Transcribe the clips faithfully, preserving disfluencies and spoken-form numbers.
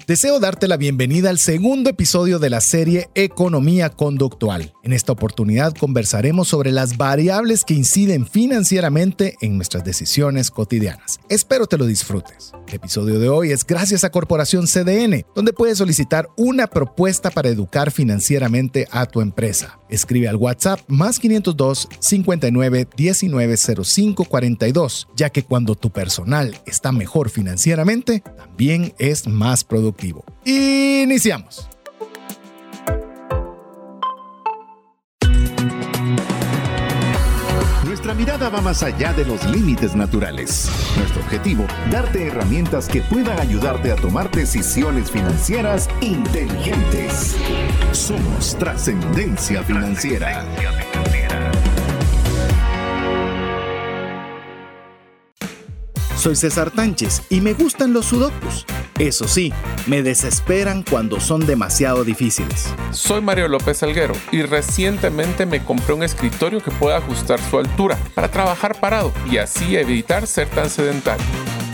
Deseo darte la bienvenida al segundo episodio de la serie Economía Conductual. En esta oportunidad conversaremos sobre las variables que inciden financieramente en nuestras decisiones cotidianas. Espero te lo disfrutes. El episodio de hoy es gracias a Corporación C D N, donde puedes solicitar una propuesta para educar financieramente a tu empresa. Escribe al WhatsApp más quinientos dos, cincuenta y nueve, diecinueve, cero cinco, cuarenta y dos, ya que cuando tu personal está mejor financieramente, también es más productivo. Iniciamos. Nuestra mirada va más allá de los límites naturales. Nuestro objetivo, darte herramientas que puedan ayudarte a tomar decisiones financieras inteligentes. Somos Trascendencia Financiera. Soy César Tánchez y me gustan los sudokus. Eso sí, me desesperan cuando son demasiado difíciles. Soy Mario López Salguero y recientemente me compré un escritorio que pueda ajustar su altura para trabajar parado y así evitar ser tan sedentario.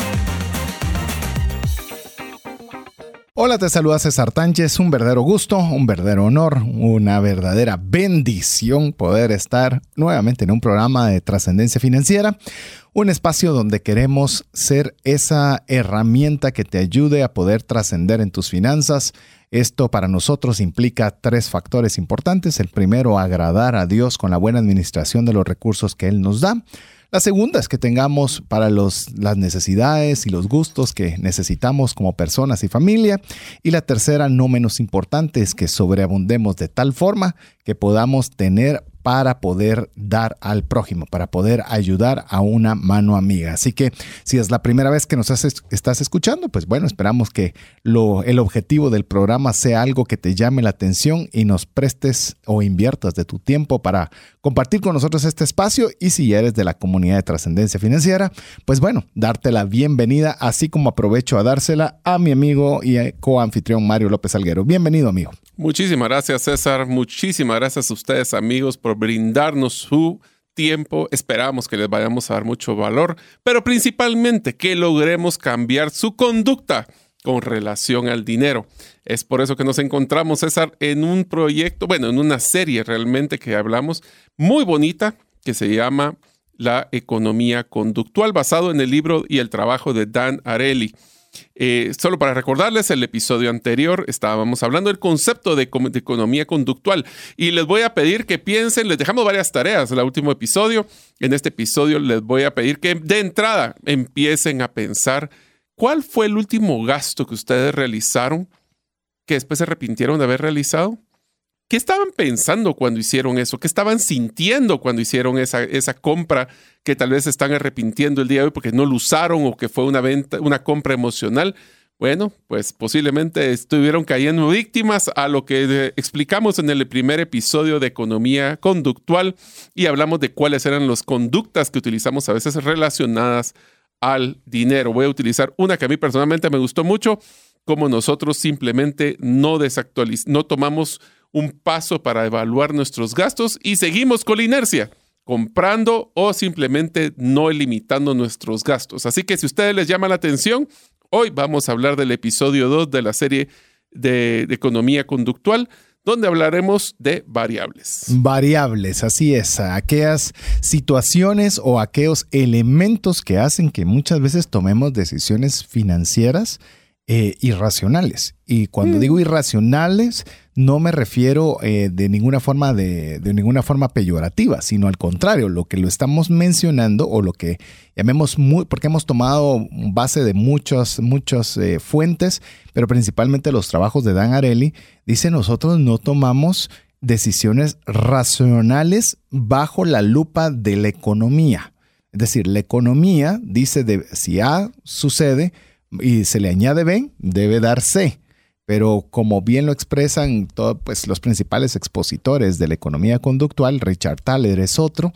Hola, te saluda César Tánchez. Un verdadero gusto, un verdadero honor, una verdadera bendición poder estar nuevamente en un programa de Trascendencia Financiera. Un espacio donde queremos ser esa herramienta que te ayude a poder trascender en tus finanzas. Esto para nosotros implica tres factores importantes. El primero, agradar a Dios con la buena administración de los recursos que Él nos da. La segunda es que tengamos para los, las necesidades y los gustos que necesitamos como personas y familia. Y la tercera, no menos importante, es que sobreabundemos de tal forma que podamos tener para poder dar al prójimo, para poder ayudar a una mano amiga. Así que si es la primera vez que nos haces, estás escuchando, pues bueno, esperamos que lo, el objetivo del programa sea algo que te llame la atención y nos prestes o inviertas de tu tiempo para compartir con nosotros este espacio. Y si eres de la comunidad de Trascendencia Financiera, pues bueno, darte la bienvenida, así como aprovecho a dársela a mi amigo y coanfitrión Mario López Salguero. Bienvenido, amigo. Muchísimas gracias, César. Muchísimas gracias a ustedes, amigos, por brindarnos su tiempo. Esperamos que les vayamos a dar mucho valor, pero principalmente que logremos cambiar su conducta con relación al dinero. Es por eso que nos encontramos, César, en un proyecto, bueno, en una serie realmente que hablamos muy bonita que se llama La Economía Conductual, basado en el libro y el trabajo de Dan Ariely. Eh, solo para recordarles, el episodio anterior estábamos hablando del concepto de, de economía conductual y les voy a pedir que piensen, les dejamos varias tareas en el último episodio. En este episodio les voy a pedir que de entrada empiecen a pensar cuál fue el último gasto que ustedes realizaron que después se arrepintieron de haber realizado. ¿Qué estaban pensando cuando hicieron eso? ¿Qué estaban sintiendo cuando hicieron esa, esa compra que tal vez se están arrepintiendo el día de hoy porque no lo usaron o que fue una venta, una compra emocional? Bueno, pues posiblemente estuvieron cayendo víctimas a lo que explicamos en el primer episodio de Economía Conductual y hablamos de cuáles eran las conductas que utilizamos a veces relacionadas al dinero. Voy a utilizar una que a mí personalmente me gustó mucho, como nosotros simplemente no desactualiz- no tomamos un paso para evaluar nuestros gastos y seguimos con la inercia, comprando o simplemente no limitando nuestros gastos. Así que si a ustedes les llama la atención, hoy vamos a hablar del episodio dos de la serie de, de Economía Conductual, donde hablaremos de variables. Variables, así es, aquellas situaciones o aquellos elementos que hacen que muchas veces tomemos decisiones financieras Eh, irracionales. Y cuando mm. digo irracionales, no me refiero eh, de ninguna forma de, de ninguna forma peyorativa, sino al contrario, lo que lo estamos mencionando o lo que llamemos muy, porque hemos tomado base de muchas, muchas eh, fuentes, pero principalmente los trabajos de Dan Ariely, dice nosotros no tomamos decisiones racionales bajo la lupa de la economía. Es decir, la economía dice de si A sucede, y se le añade B, debe dar C. Pero como bien lo expresan todo, pues, los principales expositores de la economía conductual, Richard Thaler es otro,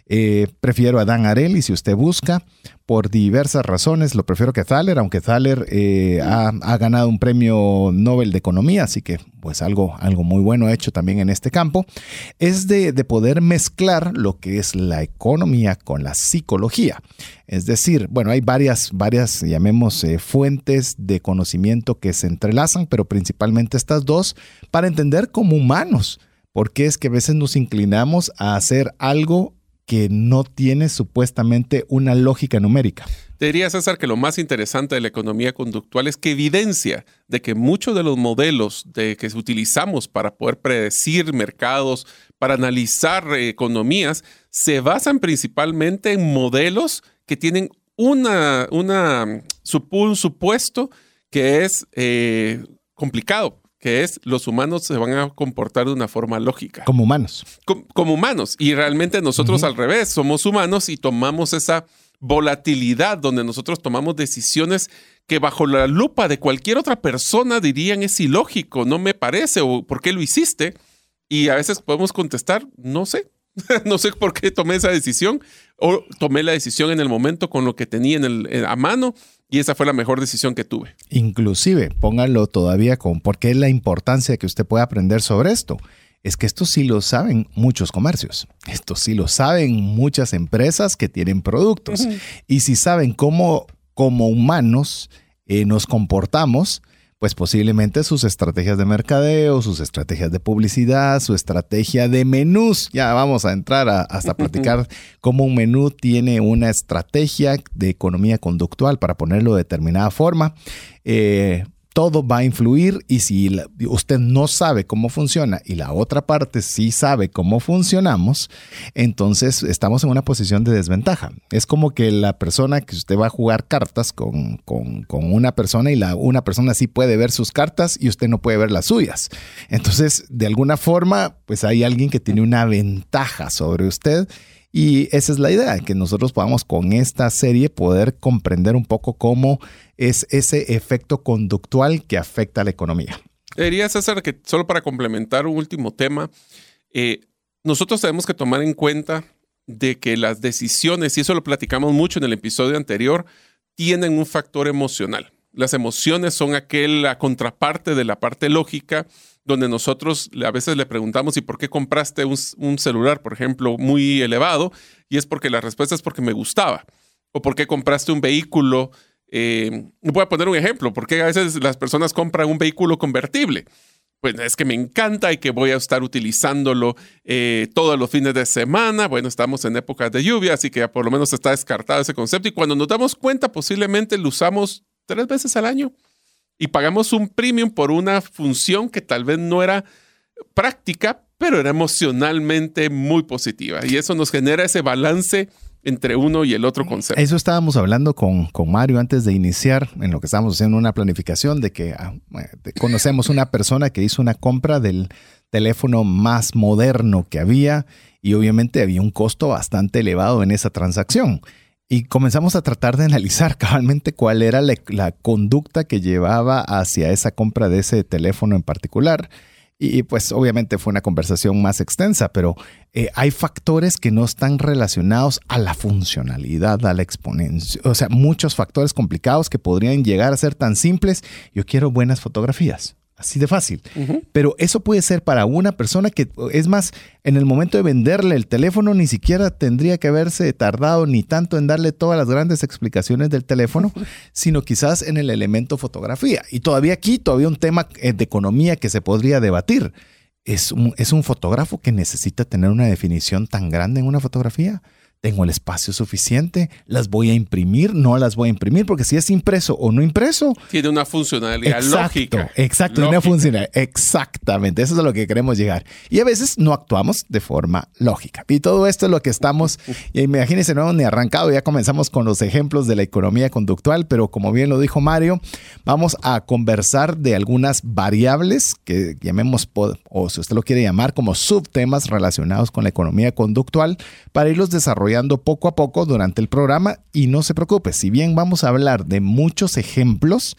Eh, prefiero a Dan Ariely, si usted busca, por diversas razones. Lo prefiero que Thaler, aunque Thaler eh, ha, ha ganado un premio Nobel de Economía, así que pues algo, algo muy bueno hecho también en este campo. Es de, de poder mezclar lo que es la economía con la psicología. Es decir, bueno, hay varias, varias llamemos, eh, fuentes de conocimiento que se entrelazan, pero principalmente estas dos, para entender como humanos, porque es que a veces nos inclinamos a hacer algo que no tiene supuestamente una lógica numérica. Te diría, César, que lo más interesante de la economía conductual es que evidencia de que muchos de los modelos de que utilizamos para poder predecir mercados, para analizar eh, economías, se basan principalmente en modelos que tienen una, una, un supuesto que es eh, complicado, que es los humanos se van a comportar de una forma lógica. Como humanos. Como, como humanos. Y realmente nosotros uh-huh. al revés, somos humanos y tomamos esa volatilidad donde nosotros tomamos decisiones que bajo la lupa de cualquier otra persona dirían es ilógico, no me parece, o ¿por qué lo hiciste? Y a veces podemos contestar, no sé. No sé por qué tomé esa decisión o tomé la decisión en el momento con lo que tenía en el, en, a mano y esa fue la mejor decisión que tuve. Inclusive, póngalo todavía con por qué la importancia de que usted pueda aprender sobre esto. Es que esto sí lo saben muchos comercios. Esto sí lo saben muchas empresas que tienen productos. Uh-huh. Y si saben cómo como humanos eh, nos comportamos, pues posiblemente sus estrategias de mercadeo, sus estrategias de publicidad, su estrategia de menús. Ya vamos a entrar a, hasta platicar cómo un menú tiene una estrategia de economía conductual para ponerlo de determinada forma. Eh, todo va a influir y si la, usted no sabe cómo funciona y la otra parte sí sabe cómo funcionamos, entonces estamos en una posición de desventaja. Es como que la persona que usted va a jugar cartas con, con, con una persona y la, una persona sí puede ver sus cartas y usted no puede ver las suyas. Entonces, de alguna forma, pues hay alguien que tiene una ventaja sobre usted. Y esa es la idea, que nosotros podamos con esta serie poder comprender un poco cómo es ese efecto conductual que afecta a la economía. Diría, César, que solo para complementar un último tema, eh, nosotros tenemos que tomar en cuenta de que las decisiones, y eso lo platicamos mucho en el episodio anterior, tienen un factor emocional. Las emociones son aquella contraparte de la parte lógica, donde nosotros a veces le preguntamos ¿y por qué compraste un, un celular, por ejemplo, muy elevado? Y es porque la respuesta es porque me gustaba. O ¿por qué compraste un vehículo? Eh, voy a poner un ejemplo. ¿Por qué a veces las personas compran un vehículo convertible? Pues es que me encanta y que voy a estar utilizándolo eh, todos los fines de semana. Bueno, estamos en épocas de lluvia, así que ya por lo menos está descartado ese concepto. Y cuando nos damos cuenta, posiblemente lo usamos tres veces al año. Y pagamos un premium por una función que tal vez no era práctica, pero era emocionalmente muy positiva. Y eso nos genera ese balance entre uno y el otro concepto. Eso estábamos hablando con, con Mario antes de iniciar, en lo que estábamos haciendo una planificación de que ah, de, conocemos una persona que hizo una compra del teléfono más moderno que había y obviamente había un costo bastante elevado en esa transacción. Y comenzamos a tratar de analizar cabalmente cuál era la, la conducta que llevaba hacia esa compra de ese teléfono en particular. Y pues obviamente fue una conversación más extensa, pero eh, hay factores que no están relacionados a la funcionalidad, a la exponencia. O sea, muchos factores complicados que podrían llegar a ser tan simples. Yo quiero buenas fotografías. Así de fácil. Uh-huh. Pero eso puede ser para una persona que, es más, en el momento de venderle el teléfono ni siquiera tendría que haberse tardado ni tanto en darle todas las grandes explicaciones del teléfono, uh-huh. sino quizás en el elemento fotografía. Y todavía aquí, todavía un tema de economía que se podría debatir. ¿Es un, es un fotógrafo que necesita tener una definición tan grande en una fotografía? ¿Tengo el espacio suficiente? ¿Las voy a imprimir? ¿No las voy a imprimir? Porque si es impreso o no impreso... Tiene una funcionalidad exacto, lógica. Exacto, lógica. Una funcionalidad. Exactamente, eso es a lo que queremos llegar. Y a veces no actuamos de forma lógica. Y todo esto es lo que estamos... Y imagínense, no hemos ni arrancado, ya comenzamos con los ejemplos de la economía conductual, pero como bien lo dijo Mario, vamos a conversar de algunas variables que llamemos, o si usted lo quiere llamar, como subtemas relacionados con la economía conductual para irlos desarrollando poco a poco durante el programa. Y no se preocupe, si bien vamos a hablar de muchos ejemplos,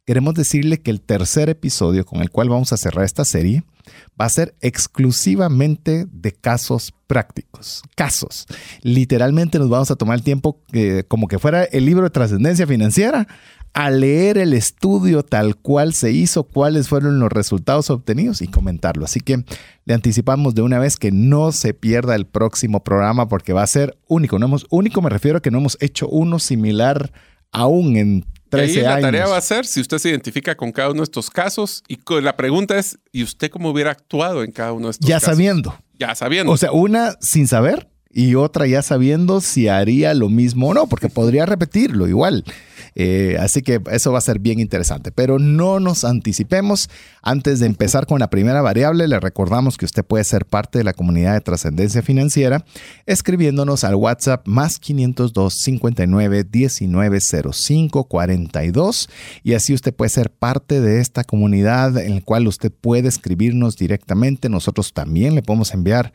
queremos decirle que el tercer episodio con el cual vamos a cerrar esta serie va a ser exclusivamente de casos prácticos. Casos. Literalmente nos vamos a tomar el tiempo eh, como que fuera el libro de trascendencia financiera a leer el estudio tal cual se hizo, cuáles fueron los resultados obtenidos y comentarlo. Así que le anticipamos de una vez que no se pierda el próximo programa porque va a ser único. No hemos, único me refiero a que no hemos hecho uno similar aún en trece y ahí la años. tarea va a ser si usted se identifica con cada uno de estos casos y la pregunta es, ¿y usted cómo hubiera actuado en cada uno de estos ya casos? sabiendo. Ya sabiendo. O sea, una sin saber y otra ya sabiendo si haría lo mismo o no, porque podría repetirlo igual. Eh, así que eso va a ser bien interesante. Pero no nos anticipemos. Antes de empezar con la primera variable, le recordamos que usted puede ser parte de la comunidad de Trascendencia Financiera escribiéndonos al WhatsApp más quinientos dos, cincuenta y nueve, diecinueve, cero cinco, cuarenta y dos. Y así usted puede ser parte de esta comunidad en la cual usted puede escribirnos directamente. Nosotros también le podemos enviar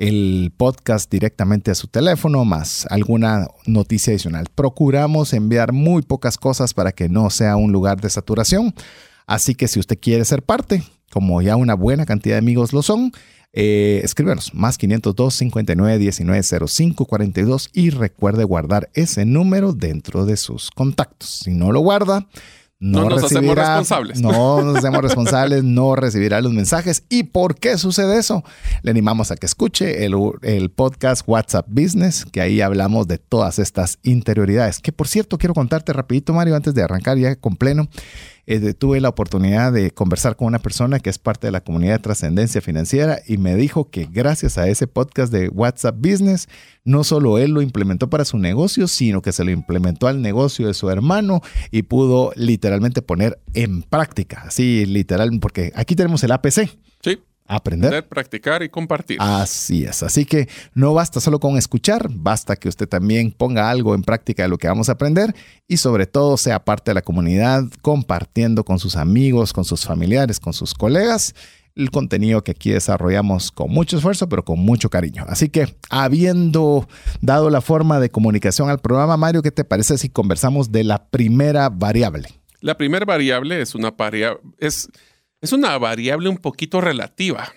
el podcast directamente a su teléfono, más alguna noticia adicional. Procuramos enviar muy pocas cosas para que no sea un lugar de saturación. Así que si usted quiere ser parte, como ya una buena cantidad de amigos lo son, eh, escríbenos más quinientos dos, cincuenta y nueve, diecinueve, cero cinco, cuarenta y dos y recuerde guardar ese número dentro de sus contactos. Si no lo guarda, No, no nos hacemos responsables. No nos hacemos responsables, no recibirá los mensajes. ¿Y por qué sucede eso? Le animamos a que escuche el, el podcast WhatsApp Business, que ahí hablamos de todas estas interioridades. Que por cierto, quiero contarte rapidito, Mario, antes de arrancar ya con pleno. Eh, tuve la oportunidad de conversar con una persona que es parte de la comunidad de Trascendencia Financiera y me dijo que gracias a ese podcast de WhatsApp Business, no solo él lo implementó para su negocio, sino que se lo implementó al negocio de su hermano y pudo literalmente poner en práctica. Así, literal, porque aquí tenemos el A P C. Sí. Aprender, Aprender, practicar y compartir. Así es. Así que no basta solo con escuchar, basta que usted también ponga algo en práctica de lo que vamos a aprender y sobre todo sea parte de la comunidad, compartiendo con sus amigos, con sus familiares, con sus colegas, el contenido que aquí desarrollamos con mucho esfuerzo, pero con mucho cariño. Así que, habiendo dado la forma de comunicación al programa, Mario, ¿qué te parece si conversamos de la primera variable? La primera variable es una variable... Es, Es una variable un poquito relativa.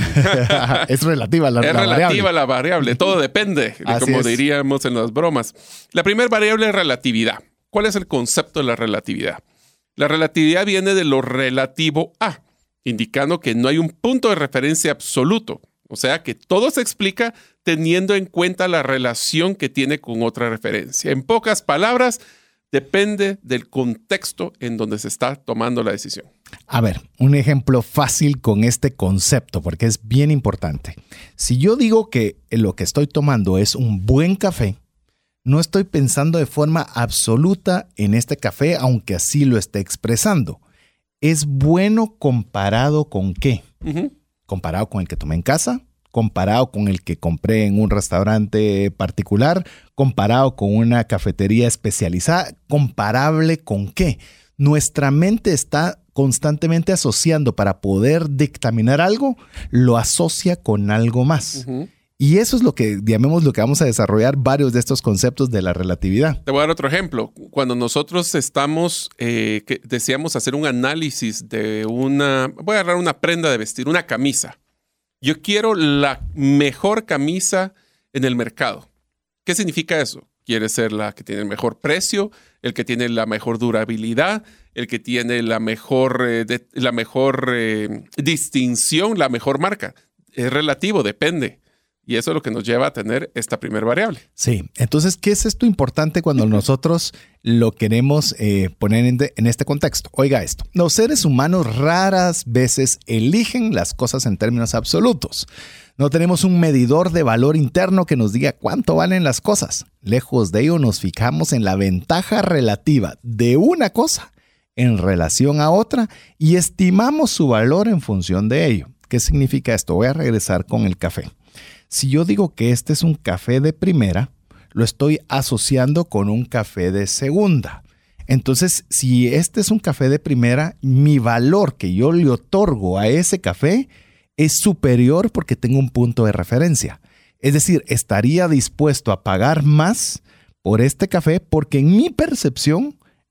Es relativa la, es la relativa variable. la variable. Todo depende, de como es. diríamos en las bromas. La primera variable es relatividad. ¿Cuál es el concepto de la relatividad? La relatividad viene de lo relativo a, indicando que no hay un punto de referencia absoluto. O sea, que todo se explica teniendo en cuenta la relación que tiene con otra referencia. En pocas palabras, depende del contexto en donde se está tomando la decisión. A ver, un ejemplo fácil con este concepto, porque es bien importante. Si yo digo que lo que estoy tomando es un buen café, no estoy pensando de forma absoluta en este café, aunque así lo esté expresando. ¿Es bueno comparado con qué? Uh-huh. ¿Comparado con el que tomé en casa? ¿Comparado con el que compré en un restaurante particular? ¿Comparado con una cafetería especializada? ¿Comparable con qué? Nuestra mente está constantemente asociando para poder dictaminar algo, lo asocia con algo más. Uh-huh. Y eso es lo que, llamemos lo que vamos a desarrollar varios de estos conceptos de la relatividad. Te voy a dar otro ejemplo. Cuando nosotros estamos, eh, que deseamos hacer un análisis de una, voy a agarrar una prenda de vestir, una camisa. Yo quiero la mejor camisa en el mercado. ¿Qué significa eso? Quiere ser la que tiene el mejor precio, el que tiene la mejor durabilidad, el que tiene la mejor, eh, de, la mejor eh, distinción, la mejor marca. Es relativo, depende. Y eso es lo que nos lleva a tener esta primera variable. Sí. Entonces, ¿qué es esto importante cuando nosotros lo queremos eh, poner en, de, en este contexto? Oiga esto. Los seres humanos raras veces eligen las cosas en términos absolutos. No tenemos un medidor de valor interno que nos diga cuánto valen las cosas. Lejos de ello, nos fijamos en la ventaja relativa de una cosa en relación a otra y estimamos su valor en función de ello. ¿Qué significa esto? Voy a regresar con el café. Si yo digo que este es un café de primera, lo estoy asociando con un café de segunda. Entonces, si este es un café de primera, mi valor que yo le otorgo a ese café es superior porque tengo un punto de referencia. Es decir, estaría dispuesto a pagar más por este café porque en mi percepción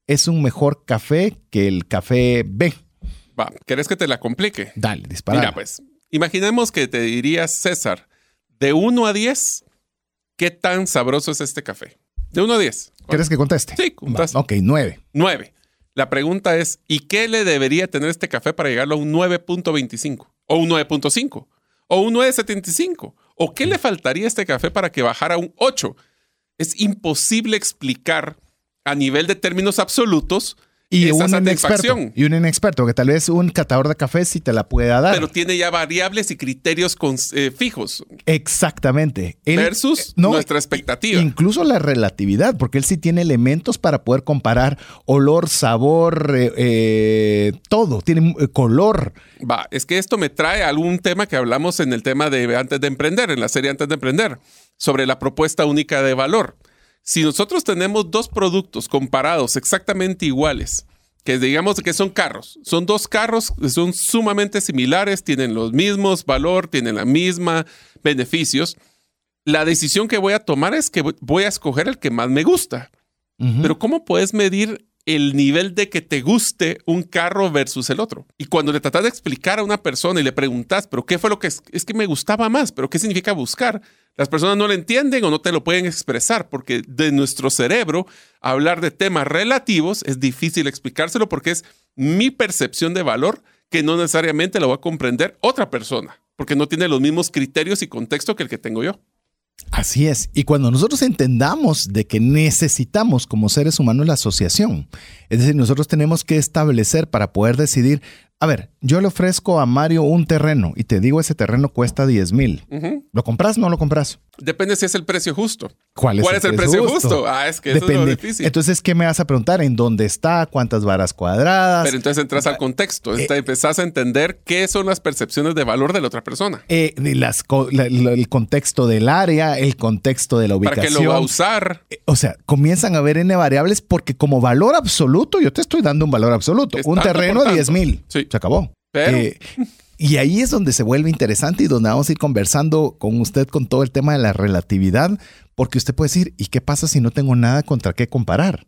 es un mejor café que el café B? Va, ¿querés que te la complique? Dale, dispara. Mira, pues, imaginemos que te diría, César, de uno a diez, ¿qué tan sabroso es este café? De uno a diez. ¿Quieres que conteste? Sí, contesta. Ok, nueve. nueve. La pregunta es, ¿y qué le debería tener este café para llegarlo a un nueve punto veinticinco? ¿O un nueve punto cinco? ¿O un nueve punto setenta y cinco? ¿O qué le faltaría a este café para que bajara a un ocho? Es imposible explicar a nivel de términos absolutos Y esa un satisfacción. inexperto, y un inexperto, que tal vez un catador de café sí te la pueda dar. Pero tiene ya variables y criterios con, eh, fijos. Exactamente. Él, versus no, nuestra expectativa. Incluso la relatividad, porque él sí tiene elementos para poder comparar olor, sabor, eh, eh, todo. Tiene eh, color. Va, es que esto me trae a algún tema que hablamos en el tema de Antes de Emprender, en la serie Antes de Emprender, sobre la propuesta única de valor. Si nosotros tenemos dos productos comparados exactamente iguales, que digamos que son carros, son dos carros que son sumamente similares, tienen los mismos valor, tienen la misma beneficios, la decisión que voy a tomar es que voy a escoger el que más me gusta. Uh-huh. Pero ¿cómo puedes medir el nivel de que te guste un carro versus el otro? Y cuando le tratas de explicar a una persona y le preguntas, ¿pero qué fue lo que es, es que me gustaba más? ¿Pero qué significa buscar? Las personas no lo entienden o no te lo pueden expresar porque de nuestro cerebro hablar de temas relativos es difícil explicárselo porque es mi percepción de valor que no necesariamente lo va a comprender otra persona porque no tiene los mismos criterios y contexto que el que tengo yo. Así es. Y cuando nosotros entendamos de que necesitamos como seres humanos la asociación, es decir, nosotros tenemos que establecer para poder decidir, a ver, yo le ofrezco a Mario un terreno y te digo ese terreno cuesta diez mil. Uh-huh. ¿Lo compras o no lo compras? Depende si es el precio justo. ¿Cuál es, ¿Cuál el, es el precio precio justo? justo? Ah, es que eso Depende. Es lo difícil. Entonces, ¿qué me vas a preguntar? ¿En dónde está? ¿Cuántas varas cuadradas? Pero entonces entras al contexto. Eh, empezás a entender qué son las percepciones de valor de la otra persona. Eh, las, la, el contexto del área, el contexto de la ubicación. ¿Para qué lo va a usar? Eh, o sea, comienzan a haber N variables porque como valor absoluto, yo te estoy dando un valor absoluto. Es un tanto terreno de diez mil. Sí. Se acabó. Pero... Eh, y ahí es donde se vuelve interesante y donde vamos a ir conversando con usted con todo el tema de la relatividad, porque usted puede decir, ¿y qué pasa si no tengo nada contra qué comparar?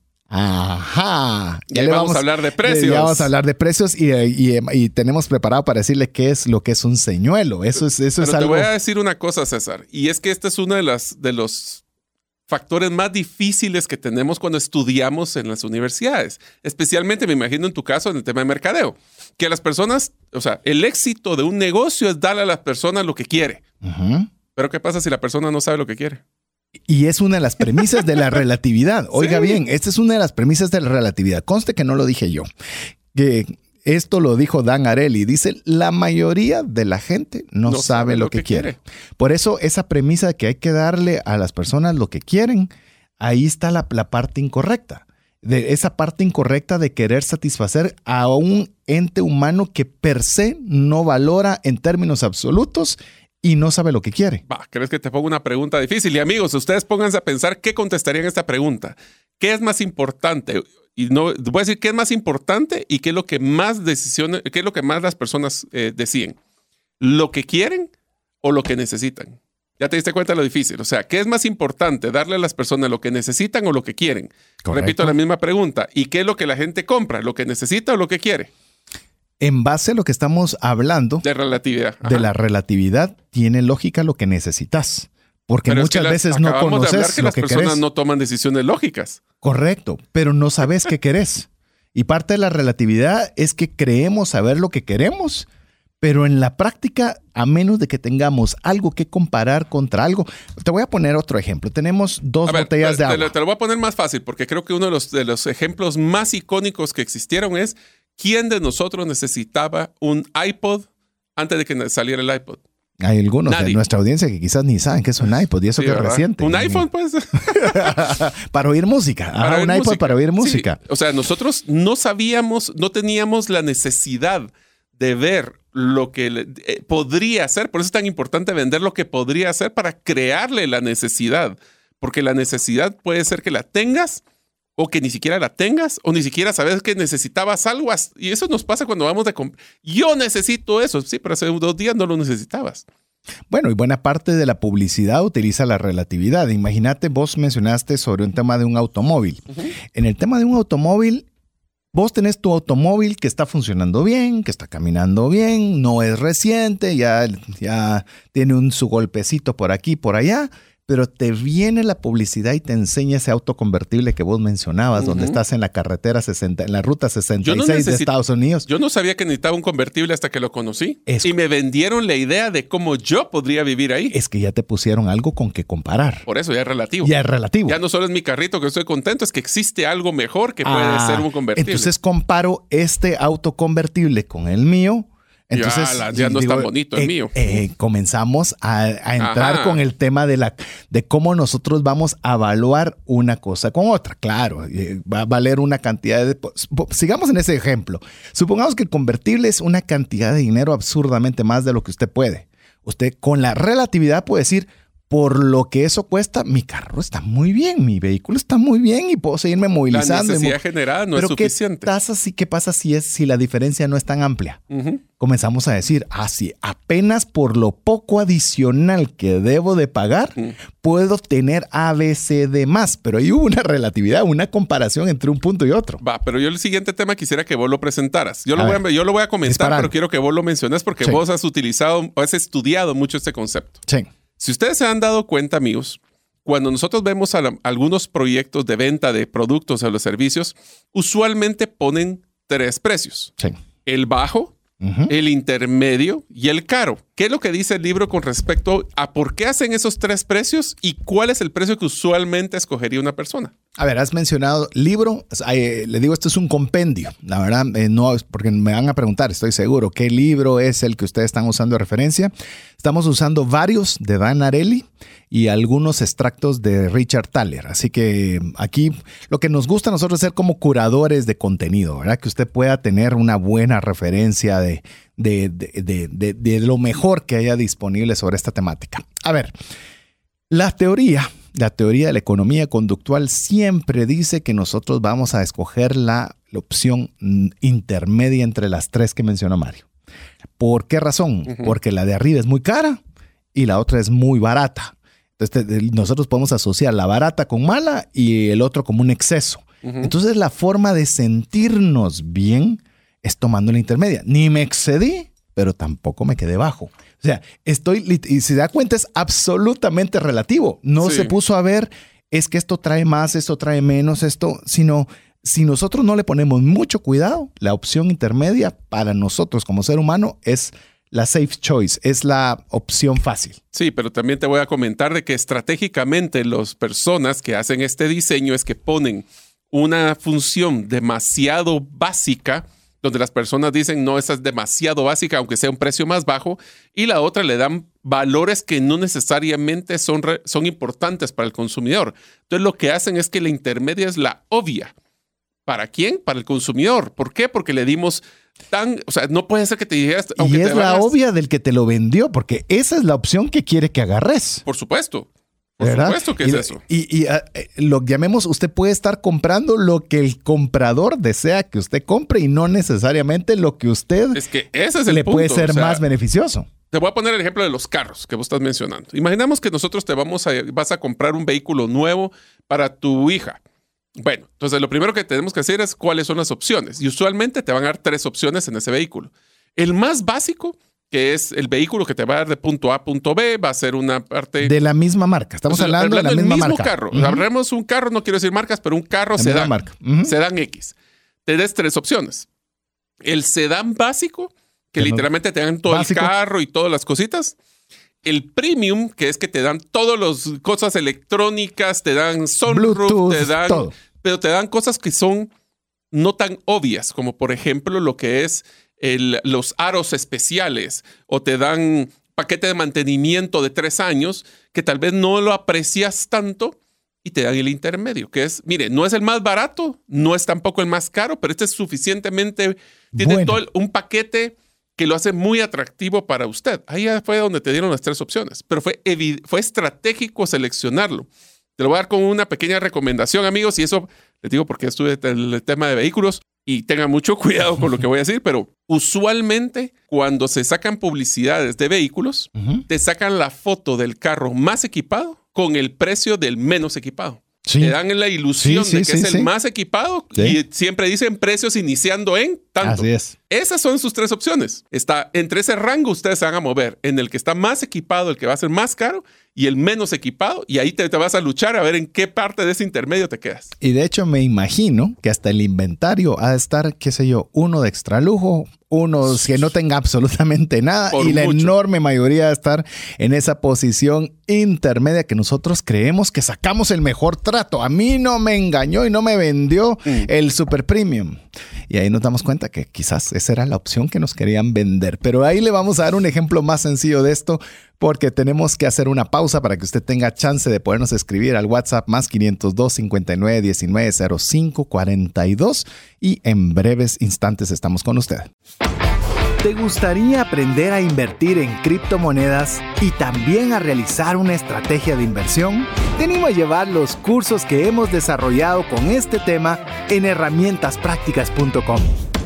Ajá. Ya le vamos, vamos a hablar de precios. Ya vamos a hablar de precios y, y, y tenemos preparado para decirle qué es lo que es un señuelo. Eso es, eso Pero es algo... Te voy a decir una cosa, César, y es que este es uno de, las, de los factores más difíciles que tenemos cuando estudiamos en las universidades. Especialmente, me imagino en tu caso, en el tema de mercadeo. Que las personas, o sea, el éxito de un negocio es darle a las personas lo que quiere. Uh-huh. Pero ¿qué pasa si la persona no sabe lo que quiere? Y es una de las premisas de la relatividad. Oiga sí. bien, esta es una de las premisas de la relatividad. Conste que no lo dije yo. Que esto lo dijo Dan Ariely. Dice, la mayoría de la gente no, no sabe, sabe lo, lo que, que quiere. quiere. Por eso esa premisa de que hay que darle a las personas lo que quieren, ahí está la, la parte incorrecta. De esa parte incorrecta de querer satisfacer a un ente humano que per se no valora en términos absolutos y no sabe lo que quiere. Va, ¿crees que te pongo una pregunta difícil? Y amigos, ustedes pónganse a pensar qué contestarían esta pregunta. ¿Qué es más importante? Y no voy a decir qué es más importante y qué es lo que más decisiones, qué es lo que más las personas eh, deciden. ¿Lo que quieren o lo que necesitan? Ya te diste cuenta de lo difícil. O sea, ¿qué es más importante? ¿Darle a las personas lo que necesitan o lo que quieren? Correcto. Repito la misma pregunta. ¿Y qué es lo que la gente compra? ¿Lo que necesita o lo que quiere? En base a lo que estamos hablando... De relatividad. Ajá. De la relatividad, tiene lógica lo que necesitas. Porque pero muchas es que veces no conoces de hablar que lo las que personas querés. No toman decisiones lógicas. Correcto, pero no sabes qué querés. Y parte de la relatividad es que creemos saber lo que queremos, pero en la práctica, a menos de que tengamos algo que comparar contra algo. Te voy a poner otro ejemplo. Tenemos dos ver, botellas te, de te, agua. Te lo voy a poner más fácil, porque creo que uno de los, de los ejemplos más icónicos que existieron es ¿quién de nosotros necesitaba un iPod antes de que saliera el iPod? Hay algunos Nadie. de nuestra audiencia que quizás ni saben qué es un iPod y eso sí, que es reciente. Un iPhone, pues. Para oír música. Para Ajá, oír un iPod música. para oír música. Sí. O sea, nosotros no sabíamos, no teníamos la necesidad de ver lo que le, eh, podría hacer. Por eso es tan importante vender lo que podría hacer para crearle la necesidad. Porque la necesidad puede ser que la tengas o que ni siquiera la tengas, o ni siquiera sabes que necesitabas algo. Y eso nos pasa cuando vamos de comprar. Yo necesito eso. Sí, pero hace dos días no lo necesitabas. Bueno, y buena parte de la publicidad utiliza la relatividad. Imagínate, vos mencionaste sobre un tema de un automóvil. Uh-huh. En el tema de un automóvil, vos tenés tu automóvil que está funcionando bien, que está caminando bien, no es reciente, ya, ya tiene un su golpecito por aquí, por allá, pero te viene la publicidad y te enseña ese auto convertible que vos mencionabas, uh-huh. donde estás en la carretera sesenta, en la ruta sesenta y seis no necesito, de Estados Unidos. Yo no sabía que necesitaba un convertible hasta que lo conocí. Es, y me vendieron la idea de cómo yo podría vivir ahí. Es que ya te pusieron algo con que comparar. Por eso ya es relativo. Ya es relativo. Ya no solo es mi carrito que estoy contento, es que existe algo mejor que puede ah, ser un convertible. Entonces comparo este auto convertible con el mío. Entonces, ya, la, ya no digo, es tan bonito el eh, mío. Eh, comenzamos a, a entrar Ajá. con el tema de, la, de cómo nosotros vamos a evaluar una cosa con otra. Claro, eh, va a valer una cantidad de... Sigamos en ese ejemplo. Supongamos que el convertible es una cantidad de dinero absurdamente más de lo que usted puede. Usted con la relatividad puede decir... Por lo que eso cuesta, mi carro está muy bien, mi vehículo está muy bien y puedo seguirme movilizando. La necesidad generada no Pero es suficiente. ¿qué pasa, si, ¿Qué pasa si, es, si la diferencia no es tan amplia? Uh-huh. Comenzamos a decir, ah, sí, apenas por lo poco adicional que debo de pagar, uh-huh. puedo tener A, B, C, D más. Pero ahí hubo una relatividad, una comparación entre un punto y otro. Va, pero yo el siguiente tema quisiera que vos lo presentaras. Yo, lo voy, a, yo lo voy a comentar, disparando. Pero quiero que vos lo menciones porque sí. vos has utilizado, has estudiado mucho este concepto. Sí. Si ustedes se han dado cuenta, amigos, cuando nosotros vemos a la, algunos proyectos de venta de productos o los servicios, usualmente ponen tres precios. Sí. El bajo, uh-huh. el intermedio y el caro. ¿Qué es lo que dice el libro con respecto a por qué hacen esos tres precios y cuál es el precio que usualmente escogería una persona? A ver, has mencionado libro. Eh, le digo, esto es un compendio. La verdad, eh, no, porque me van a preguntar, estoy seguro, ¿qué libro es el que ustedes están usando de referencia? Estamos usando varios de Dan Ariely y algunos extractos de Richard Thaler. Así que aquí lo que nos gusta a nosotros es ser como curadores de contenido, ¿verdad? Que usted pueda tener una buena referencia de, de, de, de, de, de lo mejor que haya disponible sobre esta temática. A ver, la teoría... La teoría de la economía conductual siempre dice que nosotros vamos a escoger la, la opción intermedia entre las tres que mencionó Mario. ¿Por qué razón? Uh-huh. Porque la de arriba es muy cara y la otra es muy barata. Entonces nosotros podemos asociar la barata con mala y el otro como un exceso. Uh-huh. Entonces la forma de sentirnos bien es tomando la intermedia. Ni me excedí, pero tampoco me quedé bajo. O sea, estoy, y si se da cuenta, es absolutamente relativo. No sí. se puso a ver, es que esto trae más, esto trae menos, esto, sino si nosotros no le ponemos mucho cuidado, la opción intermedia para nosotros como ser humano es la safe choice, es la opción fácil. Sí, pero también te voy a comentar de que estratégicamente las personas que hacen este diseño es que ponen una función demasiado básica donde las personas dicen, no, esa es demasiado básica, aunque sea un precio más bajo, y la otra le dan valores que no necesariamente son, re, son importantes para el consumidor. Entonces, lo que hacen es que la intermedia es la obvia. ¿Para quién? Para el consumidor. ¿Por qué? Porque le dimos tan... O sea, no puede ser que te dijeras... Y es te la hagas, obvia del que te lo vendió, porque esa es la opción que quiere que agarres. Por supuesto. Por ¿verdad? supuesto que es y, eso. Y, y uh, lo llamemos, usted puede estar comprando lo que el comprador desea que usted compre y no necesariamente lo que usted es que ese es el le punto. puede ser o sea, más beneficioso. Te voy a poner el ejemplo de los carros que vos estás mencionando. Imaginamos que nosotros te vamos a, vas a comprar un vehículo nuevo para tu hija. Bueno, entonces lo primero que tenemos que hacer es cuáles son las opciones. Y usualmente te van a dar tres opciones en ese vehículo. El más básico, que es el vehículo que te va a dar de punto A a punto B, va a ser una parte... De la misma marca. Estamos o sea, hablando, hablando de la misma mismo marca. Carro. Uh-huh. Hablemos un carro, no quiero decir marcas, pero un carro la sedán. Marca. Uh-huh. Sedán X. Te des tres opciones. El sedán básico, que pero literalmente te dan todo básico. El carro y todas las cositas. El premium, que es que te dan todas las cosas electrónicas, te dan sunroof, Bluetooth, te dan... todo. Pero te dan cosas que son no tan obvias, como por ejemplo lo que es el, los aros especiales, o te dan paquete de mantenimiento de tres años que tal vez no lo aprecias tanto y te dan el intermedio, que es, mire, no es el más barato, no es tampoco el más caro, pero este es suficientemente, tiene bueno. todo el, un paquete que lo hace muy atractivo para usted. Ahí fue donde te dieron las tres opciones, pero fue, fue estratégico seleccionarlo. Te lo voy a dar con una pequeña recomendación, amigos, y eso les digo porque estuve en el tema de vehículos. y tengan mucho cuidado con lo que voy a decir, pero usualmente cuando se sacan publicidades de vehículos, uh-huh. te sacan la foto del carro más equipado con el precio del menos equipado. Sí. Te dan la ilusión sí, sí, de que sí, es sí. el más equipado sí. y siempre dicen precios iniciando en tanto. Así es. Esas son sus tres opciones. Está entre ese rango ustedes se van a mover en el que está más equipado, el que va a ser más caro, y el menos equipado, y ahí te, te vas a luchar a ver en qué parte de ese intermedio te quedas. Y de hecho me imagino que hasta el inventario ha de estar, qué sé yo, uno de extra lujo, uno que no tenga absolutamente nada, Por y la mucho. enorme mayoría de estar en esa posición intermedia que nosotros creemos que sacamos el mejor trato. A mí no me engañó y no me vendió mm. el super premium. Y ahí nos damos cuenta que quizás esa era la opción que nos querían vender. Pero ahí le vamos a dar un ejemplo más sencillo de esto, porque tenemos que hacer una pausa para que usted tenga chance de podernos escribir al WhatsApp más quinientos dos, cincuenta y nueve, diecinueve, cero cinco, cuarenta y dos, y en breves instantes estamos con usted. ¿Te gustaría aprender a invertir en criptomonedas y también a realizar una estrategia de inversión? Te animo a llevar los cursos que hemos desarrollado con este tema en herramientas prácticas punto com.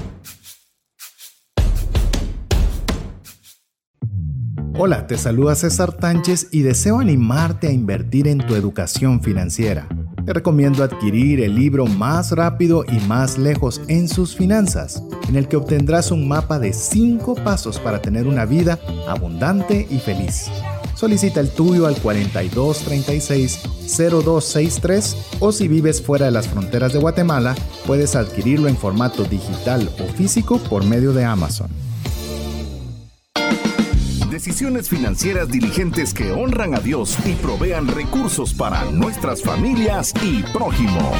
Hola, te saluda César Tánchez y deseo animarte a invertir en tu educación financiera. Te recomiendo adquirir el libro Más rápido y más lejos en sus finanzas, en el que obtendrás un mapa de cinco pasos para tener una vida abundante y feliz. Solicita el tuyo al cuarenta y dos, treinta y seis, cero dos sesenta y tres, o si vives fuera de las fronteras de Guatemala, puedes adquirirlo en formato digital o físico por medio de Amazon. Decisiones financieras diligentes que honran a Dios y provean recursos para nuestras familias y prójimo.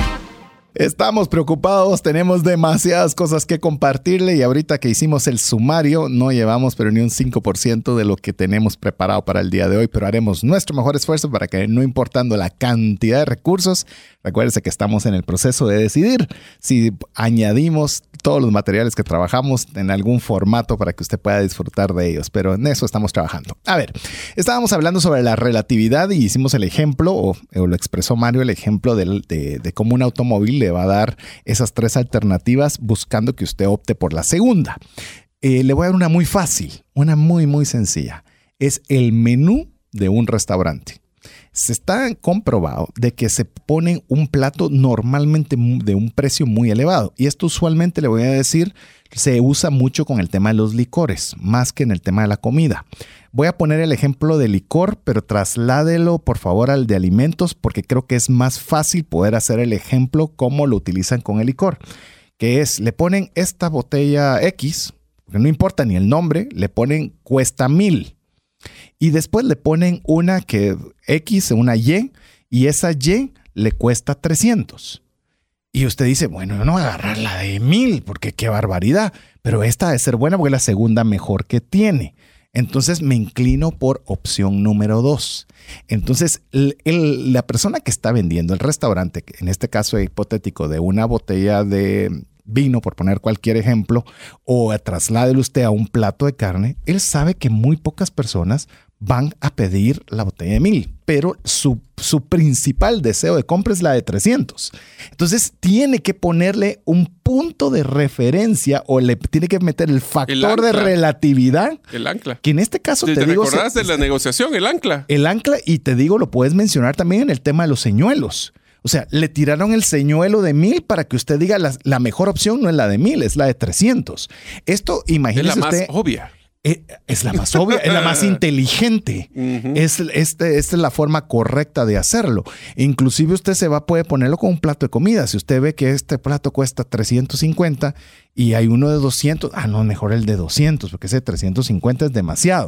Estamos preocupados, tenemos demasiadas cosas que compartirle y ahorita que hicimos el sumario no llevamos pero ni un cinco por ciento de lo que tenemos preparado para el día de hoy, pero haremos nuestro mejor esfuerzo para que, no importando la cantidad de recursos, recuérdese que estamos en el proceso de decidir si añadimos todos los materiales que trabajamos en algún formato para que usted pueda disfrutar de ellos, pero en eso estamos trabajando. A ver, estábamos hablando sobre la relatividad y hicimos el ejemplo, o, o lo expresó Mario, el ejemplo de, de, de cómo un automóvil le va a dar esas tres alternativas buscando que usted opte por la segunda. Eh, le voy a dar una muy fácil, una muy, muy sencilla. Es el menú de un restaurante. Se está comprobado de que se pone un plato normalmente de un precio muy elevado. Y esto usualmente, le voy a decir, se usa mucho con el tema de los licores, más que en el tema de la comida. Voy a poner el ejemplo de licor, pero trasládelo por favor al de alimentos, porque creo que es más fácil poder hacer el ejemplo como lo utilizan con el licor. Que es, le ponen esta botella X, porque no importa ni el nombre, le ponen cuesta mil. Y después le ponen una que X, una Y, y esa Y le cuesta trescientos. Y usted dice, bueno, yo no voy a agarrar la de mil, porque qué barbaridad. Pero esta debe ser buena porque es la segunda mejor que tiene. Entonces me inclino por opción número dos. Entonces el, el, la persona que está vendiendo el restaurante, en este caso hipotético de una botella de vino, por poner cualquier ejemplo, o trasládelo usted a un plato de carne, él sabe que muy pocas personas van a pedir la botella de mil, pero su, su principal deseo de compra es la de trescientos. Entonces tiene que ponerle un punto de referencia o le tiene que meter el factor el de relatividad. El ancla. Que en este caso te, te digo... ¿Te recordás de la negociación? El ancla. El ancla, y te digo, lo puedes mencionar también en el tema de los señuelos. O sea, le tiraron el señuelo de mil para que usted diga la, la mejor opción no es la de mil, es la de trescientos. Esto, imagínese usted... Es la usted, más obvia. Es, es la más obvia, es la más inteligente. Uh-huh. Es, este, esta es la forma correcta de hacerlo. Inclusive usted se va, puede ponerlo con un plato de comida. Si usted ve que este plato cuesta trescientos cincuenta y hay uno de doscientos, ah, no, mejor el de doscientos, porque ese de trescientos cincuenta es demasiado.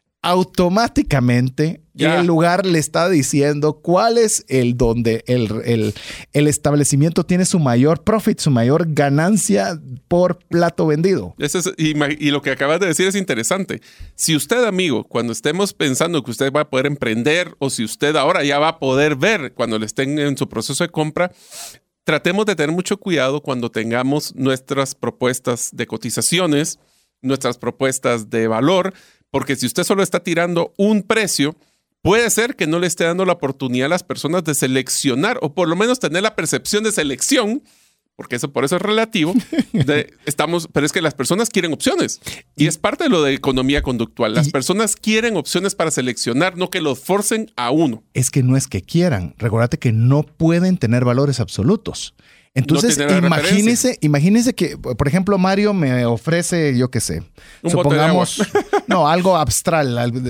Automáticamente yeah. el lugar le está diciendo cuál es el donde el, el, el establecimiento tiene su mayor profit, su mayor ganancia por plato vendido. Eso es, y, y lo que acabas de decir es interesante. Si usted, amigo, cuando estemos pensando que usted va a poder emprender, o si usted ahora ya va a poder ver cuando le estén en su proceso de compra, tratemos de tener mucho cuidado cuando tengamos nuestras propuestas de cotizaciones, nuestras propuestas de valor, porque si usted solo está tirando un precio, puede ser que no le esté dando la oportunidad a las personas de seleccionar, o por lo menos tener la percepción de selección porque eso por eso es relativo, de, estamos, pero es que las personas quieren opciones. Y es parte de lo de economía conductual. Las y, personas quieren opciones para seleccionar, no que los forcen a uno. Es que no es que quieran. Recuérdate que no pueden tener valores absolutos. Entonces, no imagínese, imagínese que, por ejemplo, Mario me ofrece, yo qué sé, un supongamos, bote de agua. no, algo abstral,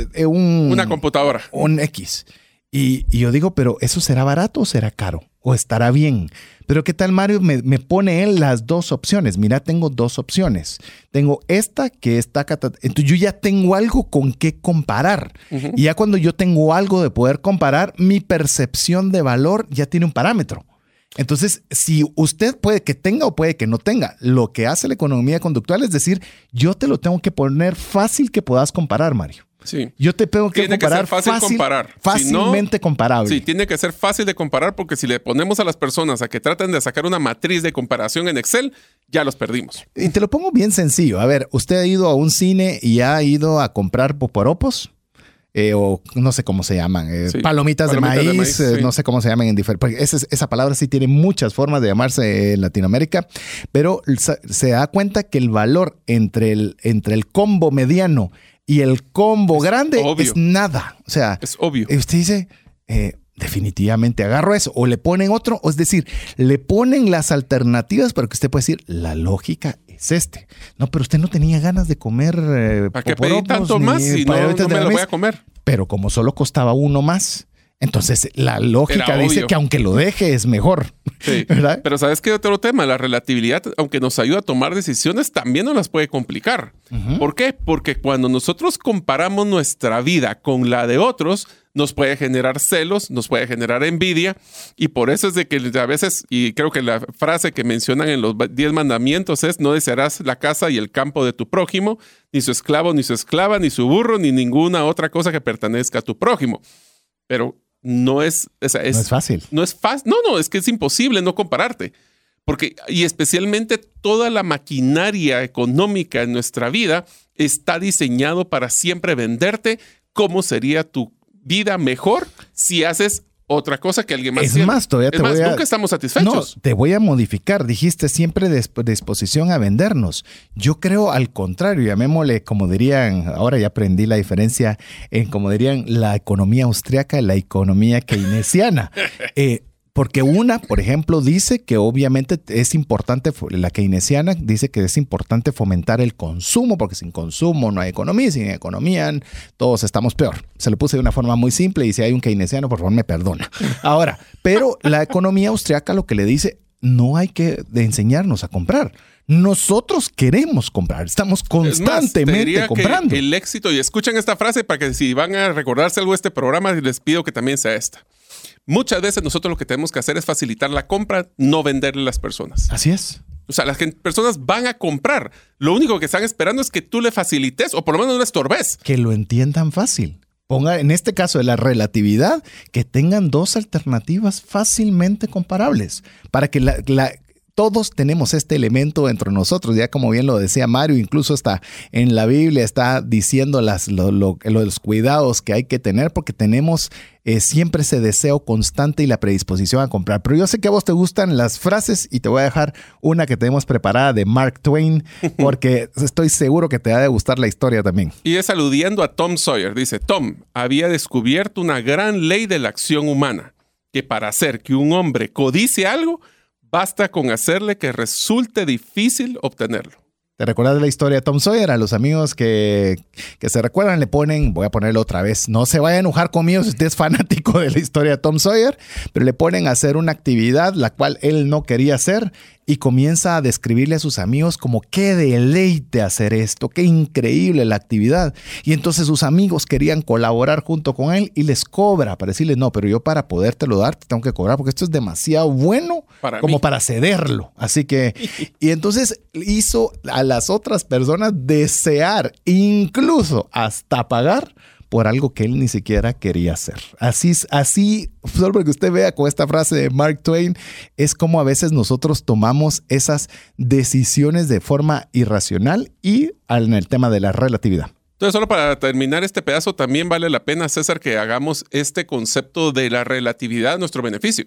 un, una computadora. Un X. Y, y yo digo, pero ¿eso será barato o será caro? ¿O estará bien? Pero ¿qué tal, Mario? Me, me pone él las dos opciones. Mira, tengo dos opciones. Tengo esta que está... Entonces yo ya tengo algo con qué comparar. Uh-huh. Y ya cuando yo tengo algo de poder comparar, mi percepción de valor ya tiene un parámetro. Entonces, si usted puede que tenga o puede que no tenga, lo que hace la economía conductual es decir, yo te lo tengo que poner fácil que puedas comparar, Mario. Sí. Yo te tengo que tiene comparar que ser fácil, fácil, comparar. fácilmente si no, comparable. Sí, tiene que ser fácil de comparar porque si le ponemos a las personas a que traten de sacar una matriz de comparación en Excel, ya los perdimos. Y te lo pongo bien sencillo. A ver, ¿usted ha ido a un cine y ha ido a comprar poporopos? Eh, o no sé cómo se llaman, eh, sí, palomitas, palomitas de maíz, de maíz eh, sí. No sé cómo se llaman en diferentes... Esa, esa palabra sí tiene muchas formas de llamarse en Latinoamérica, pero se, se da cuenta que el valor entre el, entre el combo mediano y el combo es grande obvio. Es nada. O sea, es obvio. Usted dice, eh, definitivamente agarro eso, o le ponen otro, o es decir, le ponen las alternativas para que usted pueda decir, la lógica es este. No, pero usted no tenía ganas de comer eh, ¿para qué pedí tanto más si no, no me lo voy a comer? Pero como solo costaba uno más, entonces la lógica dice que aunque lo deje es mejor. Sí. ¿Verdad? Pero ¿sabes qué otro tema? La relatividad, aunque nos ayuda a tomar decisiones, también nos las puede complicar. Uh-huh. ¿Por qué? Porque cuando nosotros comparamos nuestra vida con la de otros, nos puede generar celos, nos puede generar envidia, y por eso es de que a veces, y creo que la frase que mencionan en los diez mandamientos es: no desearás la casa y el campo de tu prójimo, ni su esclavo, ni su esclava, ni su burro, ni ninguna otra cosa que pertenezca a tu prójimo. Pero no es, o sea, es, no es fácil. No es fácil. No, no, es que es imposible no compararte. Porque, y especialmente toda la maquinaria económica en nuestra vida está diseñado para siempre venderte cómo sería tu vida mejor si haces otra cosa que alguien más es tiene. Más, todavía es te más, voy a... nunca estamos satisfechos. No, te voy a modificar. Dijiste siempre de disposición a vendernos. Yo creo al contrario, llamémosle, como dirían, ahora ya aprendí la diferencia en, como dirían, la economía austriaca y la economía keynesiana. eh, Porque una, por ejemplo, dice que obviamente es importante, la keynesiana dice que es importante fomentar el consumo, porque sin consumo no hay economía, sin economía todos estamos peor. Se lo puse de una forma muy simple y si hay un keynesiano, por favor, me perdona. Ahora, pero la economía austriaca lo que le dice, no hay que de enseñarnos a comprar. Nosotros queremos comprar, estamos constantemente es más, comprando. Que el éxito, y escuchen esta frase para que si van a recordarse algo de este programa, les pido que también sea esta. Muchas veces nosotros lo que tenemos que hacer es facilitar la compra, no venderle a las personas. Así es. O sea, las personas van a comprar. Lo único que están esperando es que tú le facilites o por lo menos no le estorbes. Que lo entiendan fácil. Ponga, en este caso de la relatividad, que tengan dos alternativas fácilmente comparables para que la... la todos tenemos este elemento entre nosotros, ya como bien lo decía Mario, incluso está en la Biblia, está diciendo las, lo, lo, los cuidados que hay que tener porque tenemos eh, siempre ese deseo constante y la predisposición a comprar. Pero yo sé que a vos te gustan las frases y te voy a dejar una que tenemos preparada de Mark Twain porque estoy seguro que te ha de gustar la historia también. Y es aludiendo a Tom Sawyer. Dice, Tom había descubierto una gran ley de la acción humana, que para hacer que un hombre codicie algo, basta con hacerle que resulte difícil obtenerlo. ¿Te recuerdas de la historia de Tom Sawyer? A los amigos que, que se recuerdan le ponen, voy a ponerlo otra vez, no se vaya a enojar conmigo si usted es fanático de la historia de Tom Sawyer, pero le ponen a hacer una actividad la cual él no quería hacer y comienza a describirle a sus amigos como qué deleite hacer esto, qué increíble la actividad. Y entonces sus amigos querían colaborar junto con él y les cobra para decirles, no, pero yo para podértelo dar te tengo que cobrar porque esto es demasiado bueno para como mí. Para cederlo. Así que, y entonces hizo a las otras personas desear, incluso hasta pagar por algo que él ni siquiera quería hacer. Así, así, solo porque usted vea con esta frase de Mark Twain, es como a veces nosotros tomamos esas decisiones de forma irracional y en el tema de la relatividad. Entonces, solo para terminar este pedazo, también vale la pena, César, que hagamos este concepto de la relatividad a nuestro beneficio.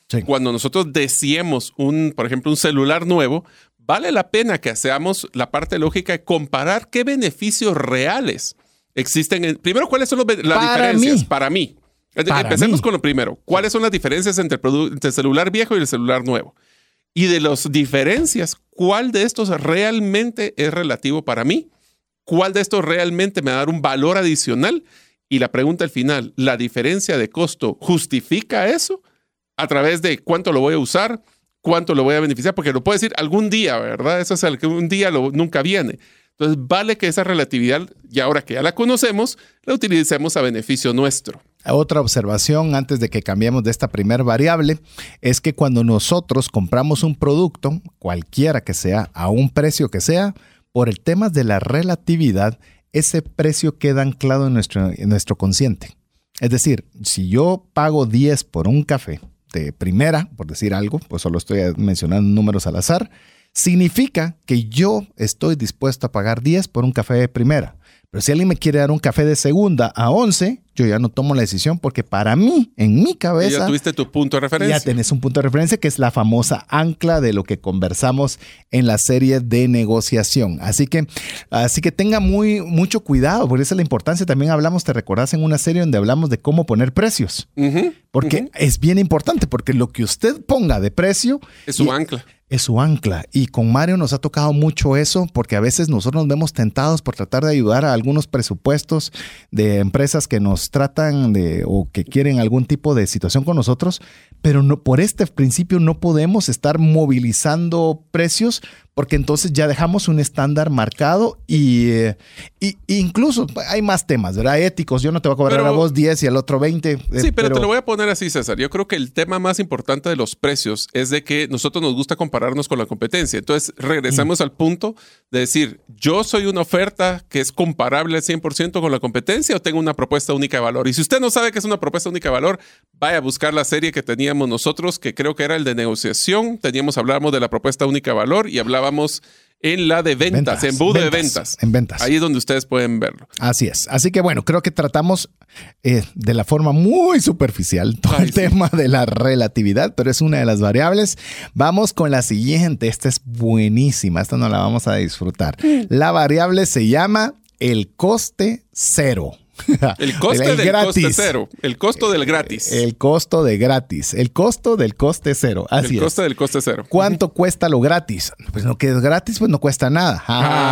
Sí. Cuando nosotros deseemos un, por ejemplo, un celular nuevo, vale la pena que hagamos la parte lógica de comparar qué beneficios reales existen. En, primero, ¿cuáles son los, las Para diferencias? Mí. Para mí. Para Empecemos mí. con lo primero. ¿Cuáles son las diferencias entre el, produ- entre el celular viejo y el celular nuevo? Y de las diferencias, ¿cuál de estos realmente es relativo para mí? ¿Cuál de estos realmente me va a dar un valor adicional? Y la pregunta al final, ¿la diferencia de costo justifica eso? A través de cuánto lo voy a usar, cuánto lo voy a beneficiar, porque lo puedo decir algún día, ¿verdad? Eso es el que un día lo, nunca viene. Entonces, vale que esa relatividad, y ahora que ya la conocemos, la utilicemos a beneficio nuestro. Otra observación antes de que cambiemos de esta primera variable es que cuando nosotros compramos un producto, cualquiera que sea, a un precio que sea, por el tema de la relatividad, ese precio queda anclado en nuestro, en nuestro consciente. Es decir, si yo pago diez por un café de primera, por decir algo, pues solo estoy mencionando números al azar, significa que yo estoy dispuesto a pagar diez por un café de primera. Pero si alguien me quiere dar un café de segunda a once, yo ya no tomo la decisión porque para mí, en mi cabeza... Y ya tuviste tu punto de referencia. Ya tenés un punto de referencia que es la famosa ancla de lo que conversamos en la serie de negociación. Así que, así que tenga muy, mucho cuidado, por eso es la importancia. También hablamos, te recordás, en una serie donde hablamos de cómo poner precios. Uh-huh, porque uh-huh. es bien importante, porque lo que usted ponga de precio... Es su y, ancla. Es su ancla. Y con Mario nos ha tocado mucho eso, porque a veces nosotros nos vemos tentados por tratar de ayudar a algunos presupuestos de empresas que nos tratan de o que quieren algún tipo de situación con nosotros, pero no, por este principio no podemos estar movilizando precios, porque entonces ya dejamos un estándar marcado y, eh, y, y incluso hay más temas, ¿verdad? Éticos. Yo no te voy a cobrar pero, a vos diez y al otro veinte. Eh, sí, pero, pero te lo voy a poner así, César. Yo creo que el tema más importante de los precios es de que nosotros nos gusta compararnos con la competencia. Entonces, regresamos mm. al punto de decir, ¿yo soy una oferta que es comparable al cien por ciento con la competencia o tengo una propuesta única de valor? Y si usted no sabe que es una propuesta única de valor, vaya a buscar la serie que teníamos nosotros, que creo que era el de negociación. Teníamos, hablábamos de la propuesta única de valor y hablábamos en la de ventas, ventas embudo ventas, de ventas. En ventas. Ahí es donde ustedes pueden verlo. Así es. Así que bueno, creo que tratamos eh, de la forma muy superficial todo Ay, el sí. tema de la relatividad, pero es una de las variables. Vamos con la siguiente. Esta es buenísima. Esta no la vamos a disfrutar. La variable se llama el coste cero. El coste el del gratis. coste cero. El costo del gratis. El costo de gratis. El costo del coste cero. Así el es. El coste del coste cero. ¿Cuánto uh-huh. cuesta lo gratis? Pues lo que es gratis, pues no cuesta nada.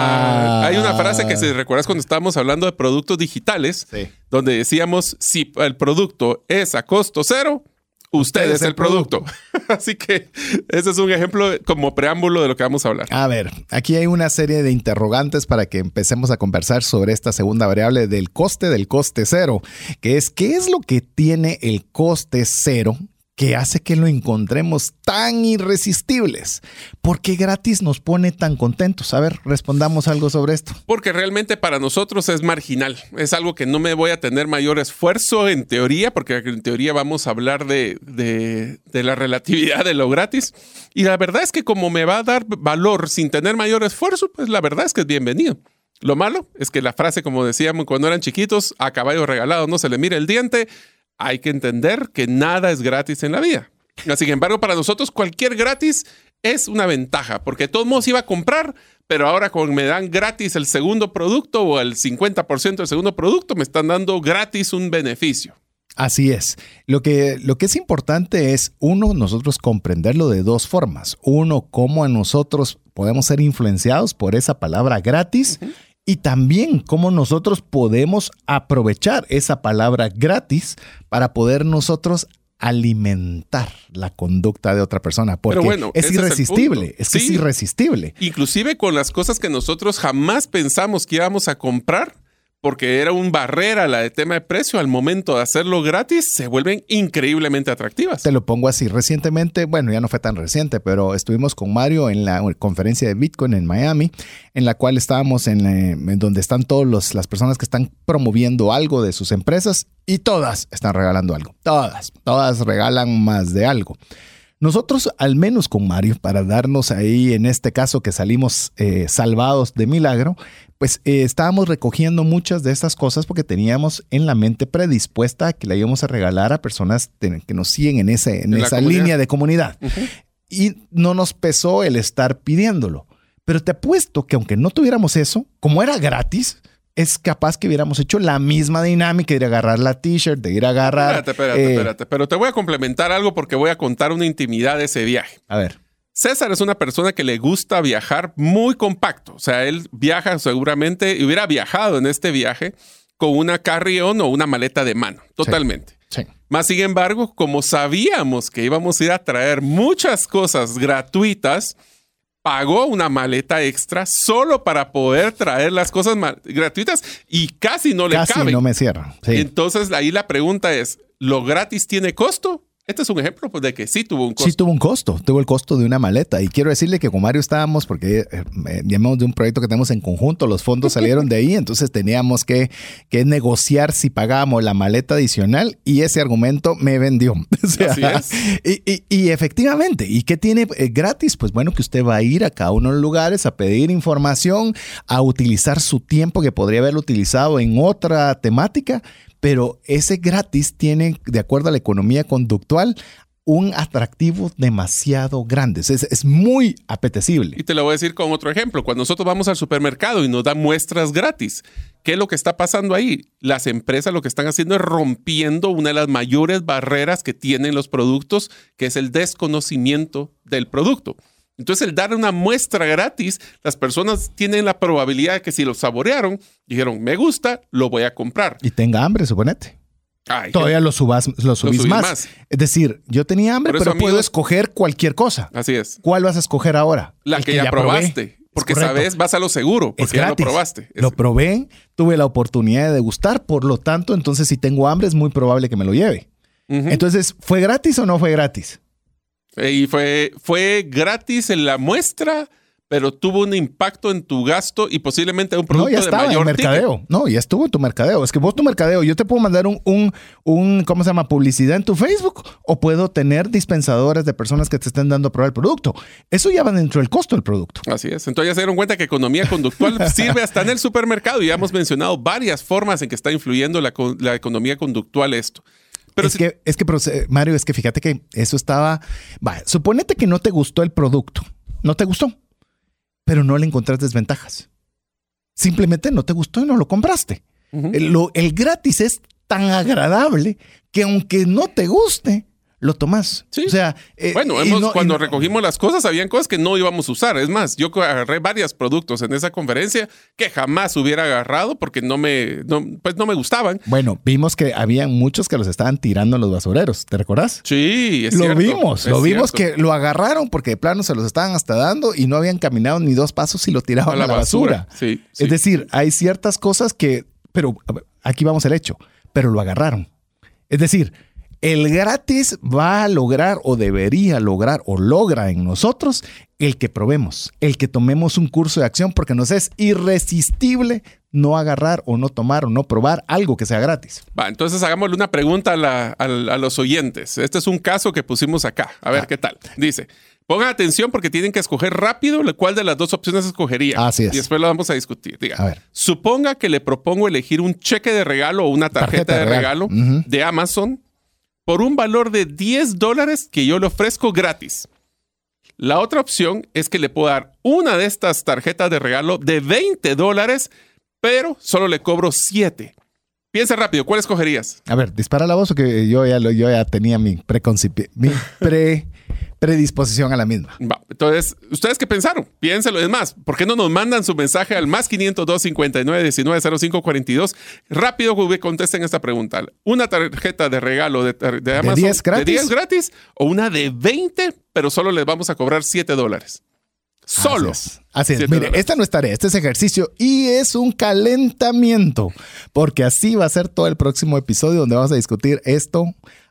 Ah, hay una frase que se recuerdas cuando estábamos hablando de productos digitales, sí. donde decíamos, si el producto es a costo cero, usted, usted es el, el producto. producto. Así que ese es un ejemplo como preámbulo de lo que vamos a hablar. A ver, aquí hay una serie de interrogantes para que empecemos a conversar sobre esta segunda variable del coste del coste cero, que es ¿qué es lo que tiene el coste cero que hace que lo encontremos tan irresistibles? ¿Por qué gratis nos pone tan contentos? A ver, respondamos algo sobre esto. Porque realmente para nosotros es marginal. Es algo que no me voy a tener mayor esfuerzo en teoría, porque en teoría vamos a hablar de, de, de la relatividad de lo gratis. Y la verdad es que como me va a dar valor sin tener mayor esfuerzo, pues la verdad es que es bienvenido. Lo malo es que la frase, como decíamos cuando eran chiquitos, a caballo regalado no se le mira el diente. Hay que entender que nada es gratis en la vida. Sin embargo, para nosotros cualquier gratis es una ventaja, porque de todos modos iba a comprar, pero ahora como me dan gratis el segundo producto o el cincuenta por ciento del segundo producto, me están dando gratis un beneficio. Así es. Lo que, lo que es importante es, uno, nosotros comprenderlo de dos formas. Uno, cómo a nosotros podemos ser influenciados por esa palabra gratis. Uh-huh. Y también cómo nosotros podemos aprovechar esa palabra gratis para poder nosotros alimentar la conducta de otra persona. Porque bueno, es irresistible. Es, es que sí. es irresistible. Inclusive con las cosas que nosotros jamás pensamos que íbamos a comprar, porque era un barrera la de tema de precio, al momento de hacerlo gratis, se vuelven increíblemente atractivas. Te lo pongo así. Recientemente, bueno, ya no fue tan reciente, pero estuvimos con Mario en la conferencia de Bitcoin en Miami, en la cual estábamos en, eh, en donde están todas las personas que están promoviendo algo de sus empresas y todas están regalando algo. Todas, todas regalan más de algo. Nosotros, al menos con Mario, para darnos ahí, en este caso que salimos eh, salvados de milagro, pues eh, estábamos recogiendo muchas de estas cosas porque teníamos en la mente predispuesta a que la íbamos a regalar a personas de, que nos siguen en, ese, en, en esa línea de comunidad. Uh-huh. Y no nos pesó el estar pidiéndolo. Pero te apuesto que aunque no tuviéramos eso, como era gratis, es capaz que hubiéramos hecho la misma dinámica de ir a agarrar la t-shirt, de ir a agarrar... Espérate, espérate, eh, espérate. Pero te voy a complementar algo porque voy a contar una intimidad de ese viaje. A ver. César es una persona que le gusta viajar muy compacto. O sea, él viaja seguramente, y hubiera viajado en este viaje con una carry-on o una maleta de mano. Totalmente. Sí, sí. Más sin embargo, como sabíamos que íbamos a ir a traer muchas cosas gratuitas, pagó una maleta extra solo para poder traer las cosas gratuitas y casi no le casi caben. Casi no me cierran. Sí. Entonces, ahí la pregunta es, ¿lo gratis tiene costo? Este es un ejemplo pues, de que sí tuvo un costo. Sí tuvo un costo, tuvo el costo de una maleta. Y quiero decirle que con Mario estábamos, porque eh, llamamos de un proyecto que tenemos en conjunto, los fondos salieron de ahí, entonces teníamos que, que negociar si pagábamos la maleta adicional y ese argumento me vendió. O sea, así es. Y, y, y efectivamente, ¿y qué tiene eh, gratis? Pues bueno, que usted va a ir a cada uno de los lugares a pedir información, a utilizar su tiempo que podría haberlo utilizado en otra temática. Pero ese gratis tiene, de acuerdo a la economía conductual, un atractivo demasiado grande. Es, es muy apetecible. Y te lo voy a decir con otro ejemplo. Cuando nosotros vamos al supermercado y nos dan muestras gratis, ¿qué es lo que está pasando ahí? Las empresas lo que están haciendo es rompiendo una de las mayores barreras que tienen los productos, que es el desconocimiento del producto. Entonces, el dar una muestra gratis, las personas tienen la probabilidad de que si lo saborearon, dijeron, me gusta, lo voy a comprar. Y tenga hambre, suponete. Ay, Todavía lo, subas, lo subís lo más. más. Es decir, yo tenía hambre, eso, pero amigos, puedo escoger cualquier cosa. Así es. ¿Cuál vas a escoger ahora? La que, que ya, ya probaste. Probé. Porque sabes, vas a lo seguro, porque ya lo probaste. Lo probé, tuve la oportunidad de degustar, por lo tanto, entonces si tengo hambre es muy probable que me lo lleve. Uh-huh. Entonces, ¿fue gratis o no fue gratis? Y fue, fue gratis en la muestra, pero tuvo un impacto en tu gasto y posiblemente un producto no, ya estaba de mayor en mercadeo. ticket. No, ya estuvo en tu mercadeo. Es que vos tu mercadeo, yo te puedo mandar un, un, un, ¿cómo se llama? Publicidad en tu Facebook o puedo tener dispensadores de personas que te estén dando a probar el producto. Eso ya va dentro del costo del producto. Así es. Entonces ya se dieron cuenta que economía conductual sirve hasta en el supermercado y ya hemos mencionado varias formas en que está influyendo la, la economía conductual esto. Pero es, si... que, es que, Mario, es que fíjate que eso estaba... Va, suponete que no te gustó el producto. No te gustó. Pero no le encontraste desventajas. Simplemente no te gustó y no lo compraste. Uh-huh. El, lo, el gratis es tan agradable que aunque no te guste, lo tomás. Sí. O sea, eh, bueno, hemos, no, cuando no, recogimos las cosas, habían cosas que no íbamos a usar. Es más, yo agarré varios productos en esa conferencia que jamás hubiera agarrado porque no me, no, pues no me gustaban. Bueno, vimos que habían muchos que los estaban tirando en los basureros. ¿Te recordás? Sí, es lo cierto. Vimos, es lo vimos cierto. que lo agarraron porque de plano se los estaban hasta dando y no habían caminado ni dos pasos y lo tiraban a la, a la basura. basura. Sí, sí. Es decir, hay ciertas cosas que, pero aquí vamos al hecho, pero lo agarraron. Es decir, el gratis va a lograr o debería lograr o logra en nosotros el que probemos, el que tomemos un curso de acción porque nos es irresistible no agarrar o no tomar o no probar algo que sea gratis. Va, entonces hagámosle una pregunta a, la, a, a los oyentes. Este es un caso que pusimos acá. A ver ah. qué tal. Dice, pongan atención porque tienen que escoger rápido cuál de las dos opciones escogería. Así es. Y después lo vamos a discutir. Diga, a ver. Suponga que le propongo elegir un cheque de regalo o una tarjeta, tarjeta de, de regalo, regalo uh-huh. de Amazon por un valor de diez dólares que yo le ofrezco gratis. La otra opción es que le puedo dar una de estas tarjetas de regalo de veinte dólares, pero solo le cobro siete. Piensa rápido, ¿cuál escogerías? A ver, dispara la voz o que yo ya, lo, yo ya tenía mi, preconcipi- mi pre, predisposición a la misma. Va, entonces, ¿ustedes qué pensaron? Piénselo. Es más, ¿por qué no nos mandan su mensaje al más quinientos dos, cincuenta y nueve, diecinueve, cero cinco, cuarenta y dos? Rápido, contesten esta pregunta. ¿Una tarjeta de regalo de, de Amazon ¿De diez gratis? ¿De diez gratis o una de veinte, pero solo les vamos a cobrar siete dólares? Solo. Así es. Así es. Mire, esta no es tarea, este es ejercicio y es un calentamiento, porque así va a ser todo el próximo episodio donde vamos a discutir esto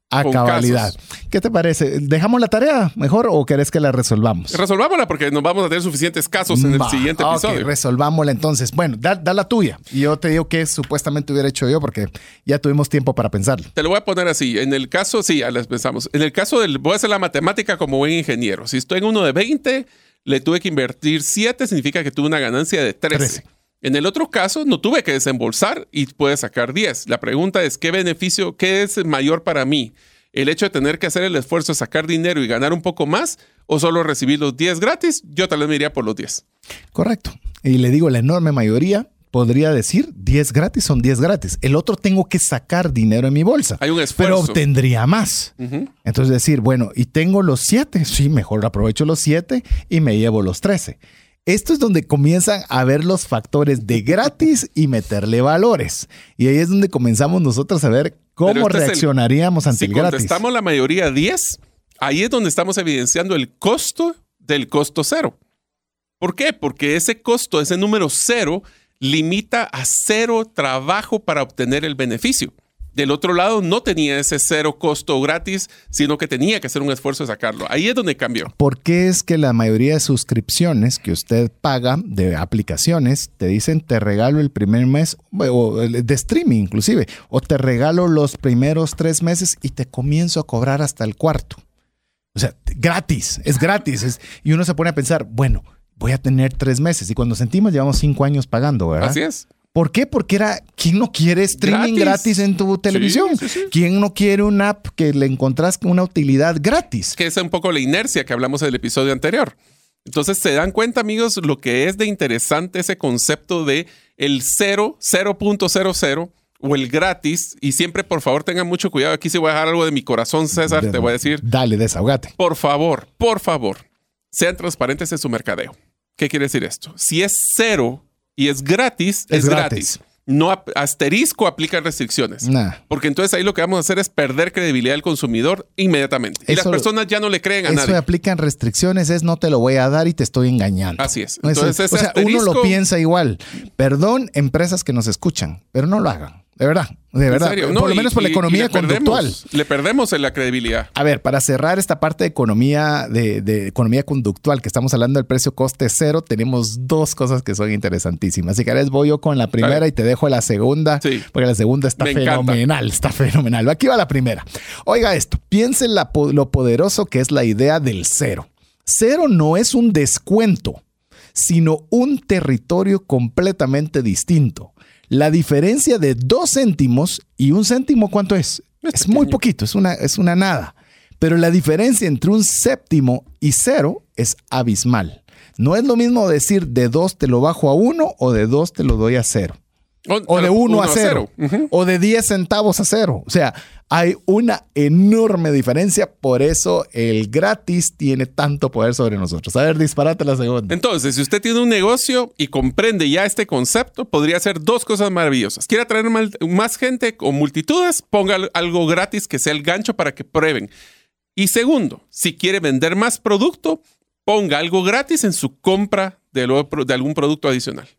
A con cabalidad. casos. ¿Qué te parece? ¿Dejamos la tarea mejor o querés que la resolvamos? Resolvámosla porque nos vamos a tener suficientes casos en el Va, siguiente ok, episodio. resolvámosla entonces. Bueno, da, da la tuya. Y yo te digo que supuestamente hubiera hecho yo porque ya tuvimos tiempo para pensarlo. Te lo voy a poner así. En el caso, sí, ya les pensamos. En el caso del, voy a hacer la matemática como buen ingeniero. Si estoy en uno de veinte, le tuve que invertir siete, significa que tuve una ganancia de trece. trece. En el otro caso, no tuve que desembolsar y pude sacar diez. La pregunta es, ¿qué beneficio, qué es mayor para mí? ¿El hecho de tener que hacer el esfuerzo de sacar dinero y ganar un poco más o solo recibir los diez gratis? Yo tal vez me iría por los diez. Correcto. Y le digo, la enorme mayoría podría decir diez gratis son diez gratis. El otro tengo que sacar dinero en mi bolsa. Hay un esfuerzo. Pero obtendría más. Uh-huh. Entonces decir, bueno, y tengo los siete. Sí, mejor aprovecho los siete y me llevo los trece. Esto es donde comienzan a ver los factores de gratis y meterle valores. Y ahí es donde comenzamos nosotros a ver cómo este reaccionaríamos el, ante si el gratis. Si contestamos la mayoría diez, ahí es donde estamos evidenciando el costo del costo cero. ¿Por qué? Porque ese costo, ese número cero, limita a cero trabajo para obtener el beneficio. Del otro lado, no tenía ese cero costo gratis, sino que tenía que hacer un esfuerzo de sacarlo. Ahí es donde cambió. ¿Por qué es que la mayoría de suscripciones que usted paga de aplicaciones te dicen te regalo el primer mes, o de streaming inclusive, o te regalo los primeros tres meses y te comienzo a cobrar hasta el cuarto? O sea, gratis, es gratis. Es, y uno se pone a pensar, bueno, voy a tener tres meses. Y cuando sentimos, llevamos cinco años pagando, ¿verdad? Así es. ¿Por qué? Porque era, ¿quién no quiere streaming gratis, gratis en tu televisión? Sí, sí, sí. ¿Quién no quiere una app que le encontrás una utilidad gratis? Que es un poco la inercia que hablamos en el episodio anterior. Entonces, ¿se dan cuenta, amigos, lo que es de interesante ese concepto de el cero, cero punto cero cero o el gratis? Y siempre, por favor, tengan mucho cuidado. Aquí sí voy a dejar algo de mi corazón, César, de, te voy a decir. Dale, desahogate. Por favor, por favor, sean transparentes en su mercadeo. ¿Qué quiere decir esto? Si es cero y es gratis, es, es gratis. gratis. No asterisco aplica restricciones. Nah. Porque entonces ahí lo que vamos a hacer es perder credibilidad del consumidor inmediatamente. Y eso, las personas ya no le creen a eso nadie. Eso aplican restricciones, es no te lo voy a dar y te estoy engañando. Así es. Entonces, eso, o sea, asterisco, uno lo piensa igual. Perdón, empresas que nos escuchan, pero no lo hagan. De verdad, de verdad. No, por lo y, menos por la y, economía y le conductual. Perdemos, le perdemos en la credibilidad. A ver, para cerrar esta parte de economía, de, de economía conductual, que estamos hablando del precio coste cero, tenemos dos cosas que son interesantísimas. Si querés, voy yo con la primera y te dejo la segunda, sí. porque la segunda está Me fenomenal, encanta. está fenomenal. Aquí va la primera. Oiga esto, piensen la, lo poderoso que es la idea del cero. Cero no es un descuento, sino un territorio completamente distinto. La diferencia de dos céntimos y un céntimo, ¿cuánto es? Es, es muy poquito, es una, es una nada. Pero la diferencia entre un séptimo y cero es abismal. No es lo mismo decir de dos te lo bajo a uno o de dos te lo doy a cero. O, o de uno, uno a cero. A cero. Uh-huh. O de diez centavos a cero. O sea, hay una enorme diferencia. Por eso el gratis tiene tanto poder sobre nosotros. A ver, disparate la segunda. Entonces, si usted tiene un negocio y comprende ya este concepto, podría hacer dos cosas maravillosas. Quiere atraer más gente o multitudes, ponga algo gratis que sea el gancho para que prueben. Y segundo, si quiere vender más producto, ponga algo gratis en su compra de, lo, de algún producto adicional.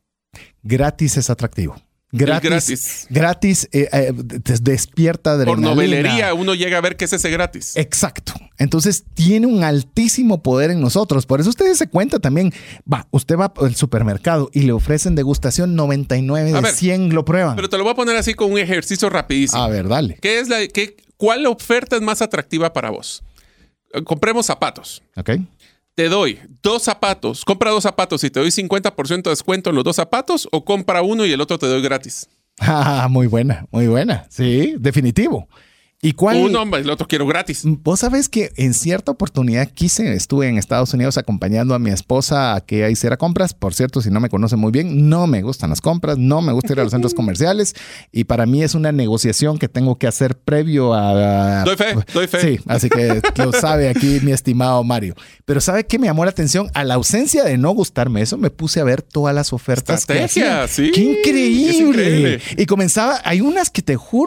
Gratis es atractivo. Gratis, gratis, gratis eh, eh, despierta adrenalina. Por novelería uno llega a ver qué es ese gratis. Exacto. Entonces tiene un altísimo poder en nosotros. Por eso ustedes se cuenta también. Va, usted va al supermercado y le ofrecen degustación noventa y nueve de ver, cien lo prueban. Pero te lo voy a poner así con un ejercicio rapidísimo. A ver, dale. ¿Qué es la, qué, ¿Cuál oferta es más atractiva para vos? Compremos zapatos. Ok. Te doy dos zapatos, compra dos zapatos y te doy cincuenta por ciento de descuento en los dos zapatos, o compra uno y el otro te doy gratis. Ah, muy buena, muy buena. Sí, definitivo. ¿Y cuál? Uno, el otro quiero gratis. Vos sabés que en cierta oportunidad quise, estuve en Estados Unidos acompañando a mi esposa a que hiciera compras. Por cierto, si no me conoce muy bien, no me gustan las compras, no me gusta ir a los centros comerciales y para mí es una negociación que tengo que hacer previo a... Doy fe, doy fe. Sí, así que lo sabe aquí mi estimado Mario. Pero ¿sabe qué me llamó la atención? A la ausencia de no gustarme eso, me puse a ver todas las ofertas. Estrategia, que sí. ¡Qué increíble! Es increíble! Y comenzaba, hay unas que te juro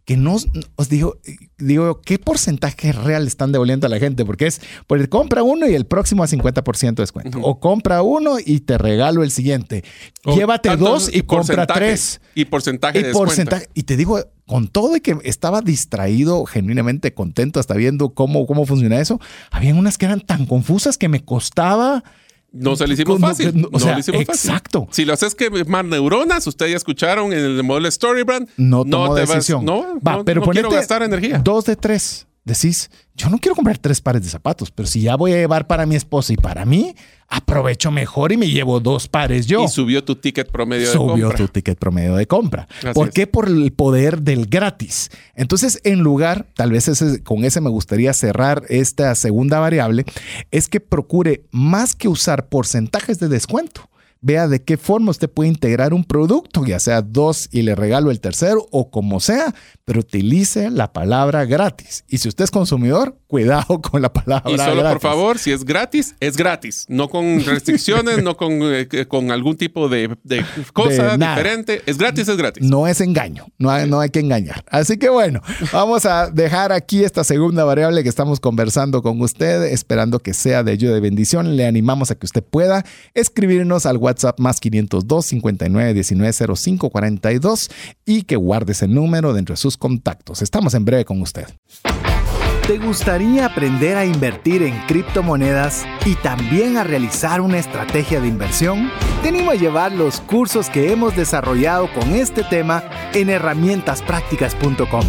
que no os digo, digo, ¿qué porcentaje real están devolviendo a la gente? Porque es, pues compra uno y el próximo a cincuenta por ciento de descuento. Uh-huh. O compra uno y te regalo el siguiente. O Llévate dos y compra tres. Y porcentaje y de porcentaje, descuento. Y te digo, con todo y que estaba distraído, genuinamente contento hasta viendo cómo, cómo funciona eso, habían unas que eran tan confusas que me costaba... No se le hicimos fácil. No, o no sea, le hicimos exacto. Fácil. Si lo haces quemar neuronas, ustedes ya escucharon en el modelo Storybrand. No, no tomó te decisión. Vas, no, Va, no, pero no quiero gastar energía. Dos de tres. Decís, yo no quiero comprar tres pares de zapatos, pero si ya voy a llevar para mi esposa y para mí, aprovecho mejor y me llevo dos pares yo. Y subió tu ticket promedio de subió compra. Subió tu ticket promedio de compra. Así ¿Por es. qué? Por el poder del gratis. Entonces, en lugar, tal vez ese, con ese me gustaría cerrar esta segunda variable, es que procure más que usar porcentajes de descuento. Vea de qué forma usted puede integrar un producto, ya sea dos y le regalo el tercero o como sea, pero utilice la palabra gratis. Y si usted es consumidor, cuidado con la palabra gratis. Y solo, gratis. Por favor, si es gratis, es gratis. No con restricciones, no con, eh, con algún tipo de, de cosa de diferente. Es gratis, es gratis. No es engaño. No hay, no hay que engañar. Así que bueno, vamos a dejar aquí esta segunda variable que estamos conversando con usted, esperando que sea de ayuda y bendición. Le animamos a que usted pueda escribirnos al WhatsApp más quinientos dos, cincuenta y nueve, diecinueve, cero cinco, cuarenta y dos y que guarde ese número dentro de sus contactos. Estamos en breve con usted. ¿Te gustaría aprender a invertir en criptomonedas y también a realizar una estrategia de inversión? Te animo a llevar los cursos que hemos desarrollado con este tema en herramientas prácticas punto com.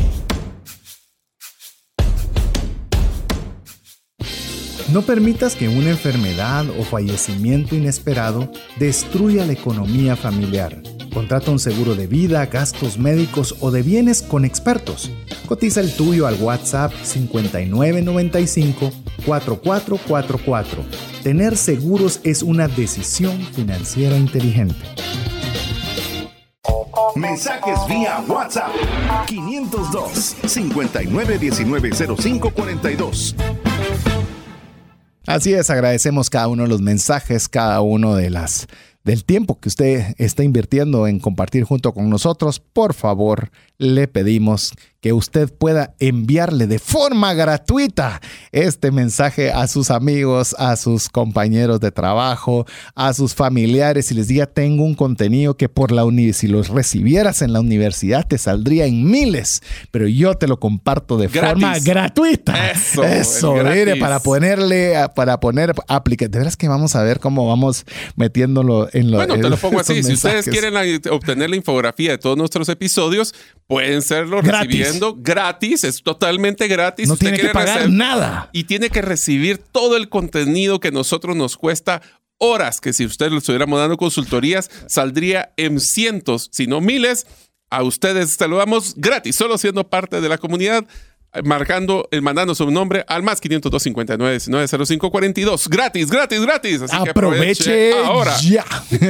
No permitas que una enfermedad o fallecimiento inesperado destruya la economía familiar. Contrata un seguro de vida, gastos médicos o de bienes con expertos. Cotiza el tuyo al WhatsApp cincuenta y nueve noventa y cinco, cuarenta y cuatro cuarenta y cuatro. Tener seguros es una decisión financiera inteligente. Mensajes vía WhatsApp quinientos dos, cincuenta y nueve, diecinueve, cero cinco, cuarenta y dos. Así es, agradecemos cada uno de los mensajes, cada uno de las del tiempo que usted está invirtiendo en compartir junto con nosotros. Por favor, le pedimos que usted pueda enviarle de forma gratuita este mensaje a sus amigos, a sus compañeros de trabajo, a sus familiares y les diga, tengo un contenido que por la uni- si los recibieras en la universidad te saldría en miles, pero yo te lo comparto de Gratis. forma gratuita. Eso, Eso, mire, para ponerle, para poner aplicar. De veras que vamos a ver cómo vamos metiéndolo en lo. Bueno, te lo pongo así. Si mensajes. ustedes quieren la, obtener la infografía de todos nuestros episodios, pueden serlo Gratis. recibiendo gratis. Es totalmente gratis. No Usted tiene que quiere pagar recibir, nada. Y tiene que recibir todo el contenido que nosotros nos cuesta horas, que si usted lo estuviéramos dando consultorías, saldría en cientos, si no miles. A ustedes se lo damos gratis, solo siendo parte de la comunidad. Marcando, mandando su nombre al más quinientos dos, cincuenta y nueve, diecinueve, cero cinco, cuarenta y dos. Gratis, gratis, gratis. Así aproveche, que aproveche ahora. Ya.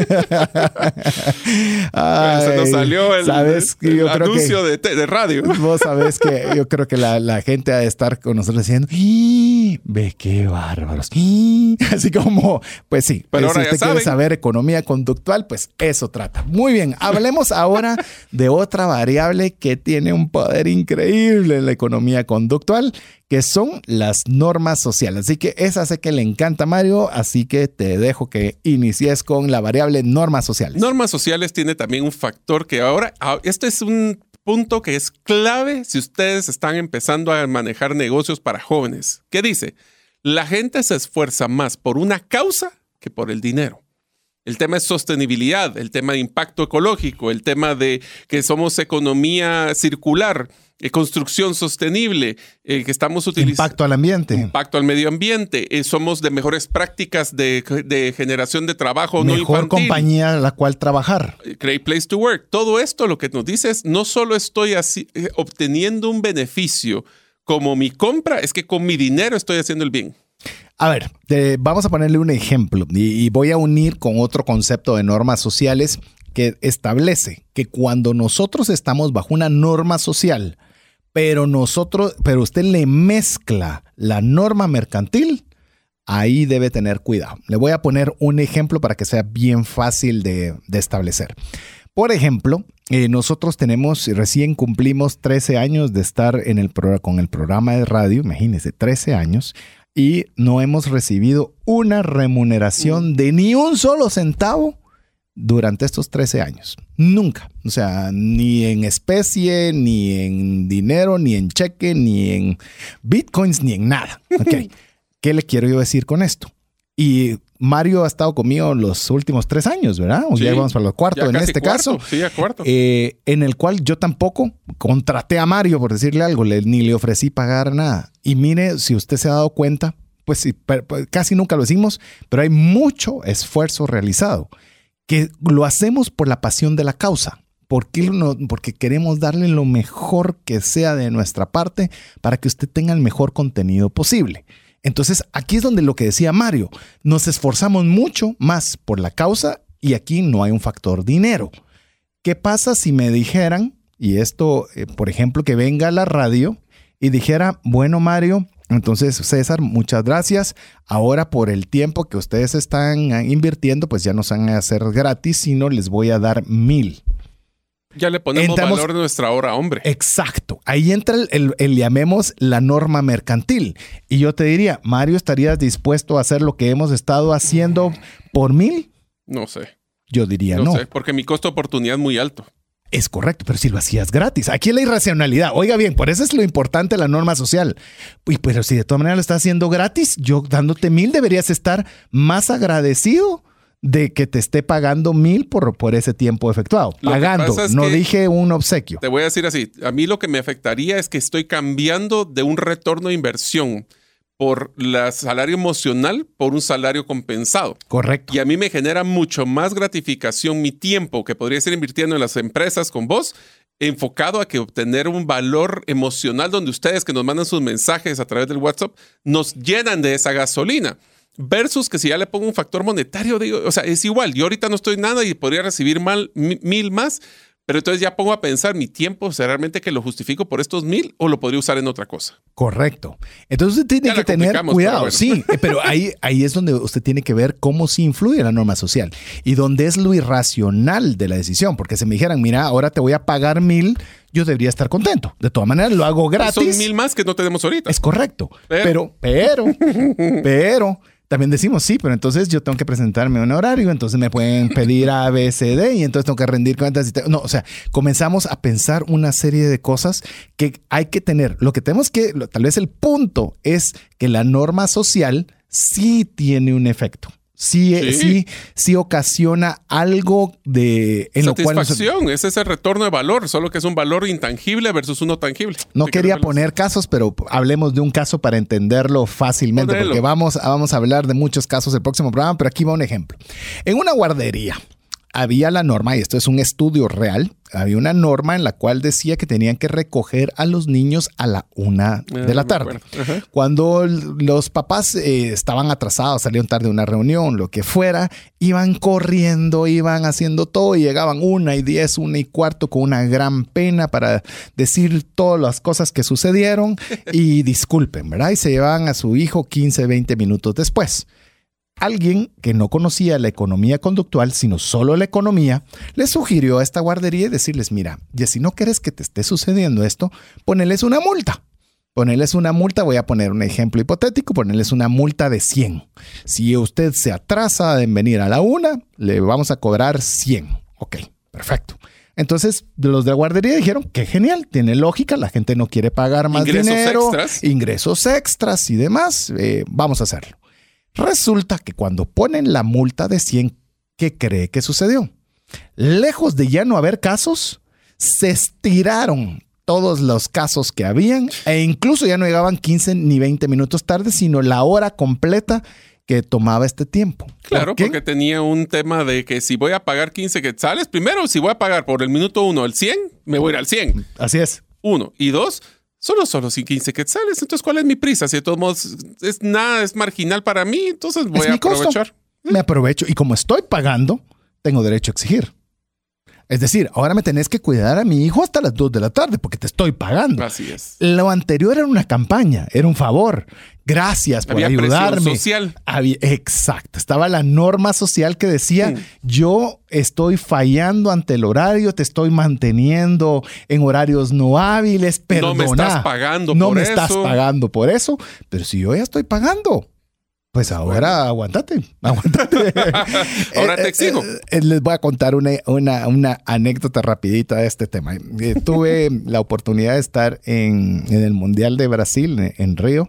Ay, se nos salió el, ¿sabes? el, Yo el creo anuncio que, de, te, de radio. Vos sabés que yo creo que la, la gente ha de estar con nosotros diciendo, ¡y! Ve qué bárbaros. ¡Y! Así como, pues sí. Pero pues, ahora si usted ya quiere saben. saber economía conductual, pues eso trata. Muy bien. Hablemos ahora de otra variable que tiene un poder increíble en la economía conductual, que son las normas sociales. Así que esa sé que le encanta a Mario, así que te dejo que inicies con la variable normas sociales. Normas sociales tiene también un factor que ahora, este es un punto que es clave si ustedes están empezando a manejar negocios para jóvenes. ¿Qué dice? La gente se esfuerza más por una causa que por el dinero. El tema es sostenibilidad, el tema de impacto ecológico, el tema de que somos economía circular, eh, construcción sostenible, eh, que estamos utilizando... Impacto al ambiente. Impacto al medio ambiente. Eh, somos de mejores prácticas de, de generación de trabajo no Mejor infantil. compañía a la cual trabajar. Great place to work. Todo esto lo que nos dice es, no solo estoy así, eh, obteniendo un beneficio como mi compra, es que con mi dinero estoy haciendo el bien. A ver, te, vamos a ponerle un ejemplo y, y voy a unir con otro concepto de normas sociales que establece que cuando nosotros estamos bajo una norma social, pero nosotros, pero usted le mezcla la norma mercantil, ahí debe tener cuidado. Le voy a poner un ejemplo para que sea bien fácil de, de establecer. Por ejemplo, eh, nosotros tenemos, recién cumplimos trece años de estar en el pro, con el programa de radio, imagínense, trece años, y no hemos recibido una remuneración de ni un solo centavo durante estos trece años. Nunca. O sea, ni en especie, ni en dinero, ni en cheque, ni en bitcoins, ni en nada. Okay. ¿Qué le quiero yo decir con esto? Y Mario ha estado conmigo los últimos tres años, ¿verdad? O sí, ya vamos para los cuartos en este cuarto, caso. Sí, a cuarto. Eh, en el cual yo tampoco contraté a Mario, por decirle algo, le, ni le ofrecí pagar nada. Y mire, si usted se ha dado cuenta, pues sí, per, per, casi nunca lo hicimos, pero hay mucho esfuerzo realizado, que lo hacemos por la pasión de la causa. ¿Por qué no? Porque queremos darle lo mejor que sea de nuestra parte para que usted tenga el mejor contenido posible. Entonces, aquí es donde lo que decía Mario, nos esforzamos mucho más por la causa y aquí no hay un factor dinero. ¿Qué pasa si me dijeran, y esto, eh, por ejemplo, que venga a la radio y dijera, bueno, Mario, entonces, César, muchas gracias. Ahora, por el tiempo que ustedes están invirtiendo, pues ya no se van a hacer gratis, sino les voy a dar mil. Ya le ponemos Entramos, valor a nuestra hora, hombre. Exacto. Ahí entra el, el, el, llamemos, la norma mercantil. Y yo te diría, Mario, ¿estarías dispuesto a hacer lo que hemos estado haciendo por mil? No sé. Yo diría no. No sé, porque mi costo de oportunidad es muy alto. Es correcto, pero si lo hacías gratis. Aquí es la irracionalidad. Oiga bien, por eso es lo importante de la norma social. Y pero si de todas maneras lo estás haciendo gratis, yo dándote mil deberías estar más agradecido de que te esté pagando mil por, por ese tiempo efectuado. Lo pagando, es no dije un obsequio. Te voy a decir así, a mí lo que me afectaría es que estoy cambiando de un retorno de inversión por el salario emocional por un salario compensado. Correcto. Y a mí me genera mucho más gratificación mi tiempo que podría estar invirtiendo en las empresas con vos, enfocado a que obtener un valor emocional donde ustedes que nos mandan sus mensajes a través del WhatsApp nos llenan de esa gasolina. Versus que si ya le pongo un factor monetario, digo, o sea, es igual. Yo ahorita no estoy nada y podría recibir mal, mil más, pero entonces ya pongo a pensar, ¿mi tiempo es realmente que lo justifico por estos mil o lo podría usar en otra cosa? Correcto. Entonces usted tiene ya que tener cuidado. Pero bueno. Sí, pero ahí, ahí es donde usted tiene que ver cómo sí influye la norma social y donde es lo irracional de la decisión. Porque si me dijeran, mira, ahora te voy a pagar mil, yo debería estar contento. De todas maneras, lo hago gratis. Son mil más que no tenemos ahorita. Es correcto. Pero, pero, pero... pero también decimos, sí, pero entonces yo tengo que presentarme un horario, entonces me pueden pedir A, B, C, D y entonces tengo que rendir cuentas. Y te... No, o sea, comenzamos a pensar una serie de cosas que hay que tener. Lo que tenemos que, tal vez el punto es que la norma social sí tiene un efecto. Sí, sí, sí, sí ocasiona algo de... En satisfacción, lo cual ese es el retorno de valor, solo que es un valor intangible versus uno tangible. No quería poner casos, pero hablemos de un caso para entenderlo fácilmente, Ponelo. porque vamos, vamos a hablar de muchos casos el próximo programa, pero aquí va un ejemplo. En una guardería había la norma, y esto es un estudio real, había una norma en la cual decía que tenían que recoger a los niños a la una de la tarde. Uh-huh. Cuando los papás eh, estaban atrasados, salieron tarde de una reunión, lo que fuera, iban corriendo, iban haciendo todo y llegaban una y diez, una y cuarto con una gran pena para decir todas las cosas que sucedieron y disculpen, ¿verdad? Y se llevaban a su hijo quince, veinte minutos después. Alguien que no conocía la economía conductual, sino solo la economía, le sugirió a esta guardería decirles, mira, y si no quieres que te esté sucediendo esto, poneles una multa. Ponerles una multa, voy a poner un ejemplo hipotético, ponerles una multa de cien. Si usted se atrasa en venir a la una, le vamos a cobrar cien. Ok, perfecto. Entonces, los de la guardería dijeron, qué genial, tiene lógica, la gente no quiere pagar más ingresos dinero, extras. ingresos extras y demás, eh, vamos a hacerlo. Resulta que cuando ponen la multa de cien, ¿qué cree que sucedió? Lejos de ya no haber casos, se estiraron todos los casos que habían e incluso ya no llegaban quince ni veinte minutos tarde, sino la hora completa que tomaba este tiempo. Claro, ¿por porque tenía un tema de que si voy a pagar quince quetzales, primero, si voy a pagar por el minuto uno el cien, me voy a ir al cien. Así es. Uno. Y dos, solo, solo sin quince quetzales. Entonces, ¿cuál es mi prisa? Si de todos modos es nada, es marginal para mí, entonces voy a aprovechar. Me aprovecho y como estoy pagando, tengo derecho a exigir. Es decir, ahora me tenés que cuidar a mi hijo hasta las dos de la tarde porque te estoy pagando. Así es. Lo anterior era una campaña, era un favor. Gracias por Había ayudarme. presión social. Había, exacto. Estaba la norma social que decía, mm. yo estoy fallando ante el horario, te estoy manteniendo en horarios no hábiles, perdona. No me estás pagando no por me eso. No me estás pagando por eso, pero si yo ya estoy pagando. Pues ahora bueno. aguantate, aguantate. Ahora te exijo. Eh, eh, les voy a contar una, una, una anécdota rapidita de este tema. Eh, tuve la oportunidad de estar en, en el Mundial de Brasil, en, en Río,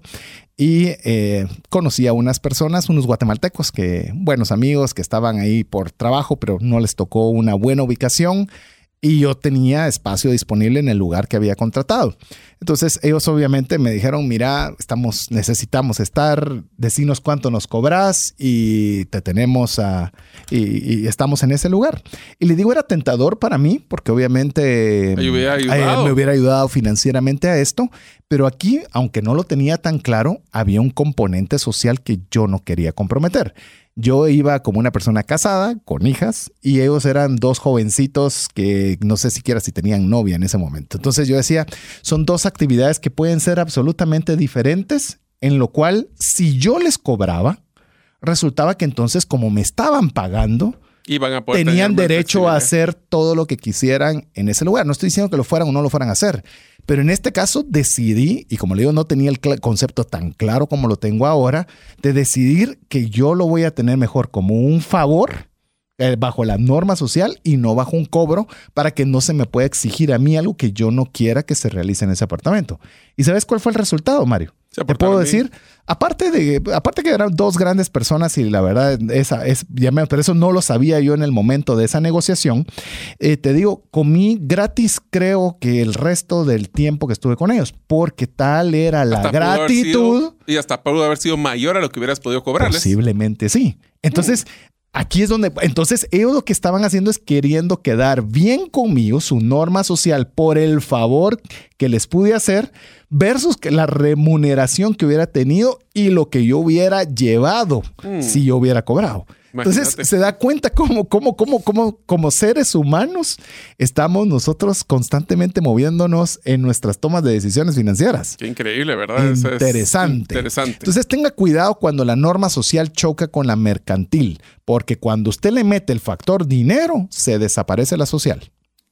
y eh, conocí a unas personas, unos guatemaltecos, que buenos amigos que estaban ahí por trabajo, pero no les tocó una buena ubicación. Y yo tenía espacio disponible en el lugar que había contratado. Entonces ellos obviamente me dijeron, mira, estamos, necesitamos estar, decinos cuánto nos cobras y te tenemos a, y, y estamos en ese lugar. Y le digo, era tentador para mí porque obviamente me hubiera ayudado. Eh, me hubiera ayudado financieramente a esto. Pero aquí, aunque no lo tenía tan claro, había un componente social que yo no quería comprometer. Yo iba como una persona casada, con hijas, y ellos eran dos jovencitos que no sé siquiera si tenían novia en ese momento. Entonces yo decía, son dos actividades que pueden ser absolutamente diferentes, en lo cual si yo les cobraba, resultaba que entonces como me estaban pagando, Iban a poder tenían derecho a hacer todo lo que quisieran en ese lugar. No estoy diciendo que lo fueran o no lo fueran a hacer, pero en este caso decidí, y como le digo, no tenía el concepto tan claro como lo tengo ahora, de decidir que yo lo voy a tener mejor como un favor eh, bajo la norma social y no bajo un cobro para que no se me pueda exigir a mí algo que yo no quiera que se realice en ese apartamento. ¿Y sabes cuál fue el resultado, Mario? Te puedo decir, aparte de, aparte que eran dos grandes personas y la verdad, esa es, ya me, pero eso no lo sabía yo en el momento de esa negociación. Eh, te digo, comí gratis, creo que el resto del tiempo que estuve con ellos, porque tal era la hasta gratitud. Sido, y hasta pudo haber sido mayor a lo que hubieras podido cobrarles. Posiblemente sí. Entonces, mm. Aquí es donde, entonces ellos lo que estaban haciendo es queriendo quedar bien conmigo, su norma social, por el favor que les pude hacer, versus que la remuneración que hubiera tenido y lo que yo hubiera llevado mm. si yo hubiera cobrado. Imagínate. Entonces se da cuenta cómo, cómo, cómo, cómo, como seres humanos estamos nosotros constantemente moviéndonos en nuestras tomas de decisiones financieras. Qué increíble, ¿verdad? Interesante. Es interesante. Entonces tenga cuidado cuando la norma social choca con la mercantil, porque cuando usted le mete el factor dinero, se desaparece la social.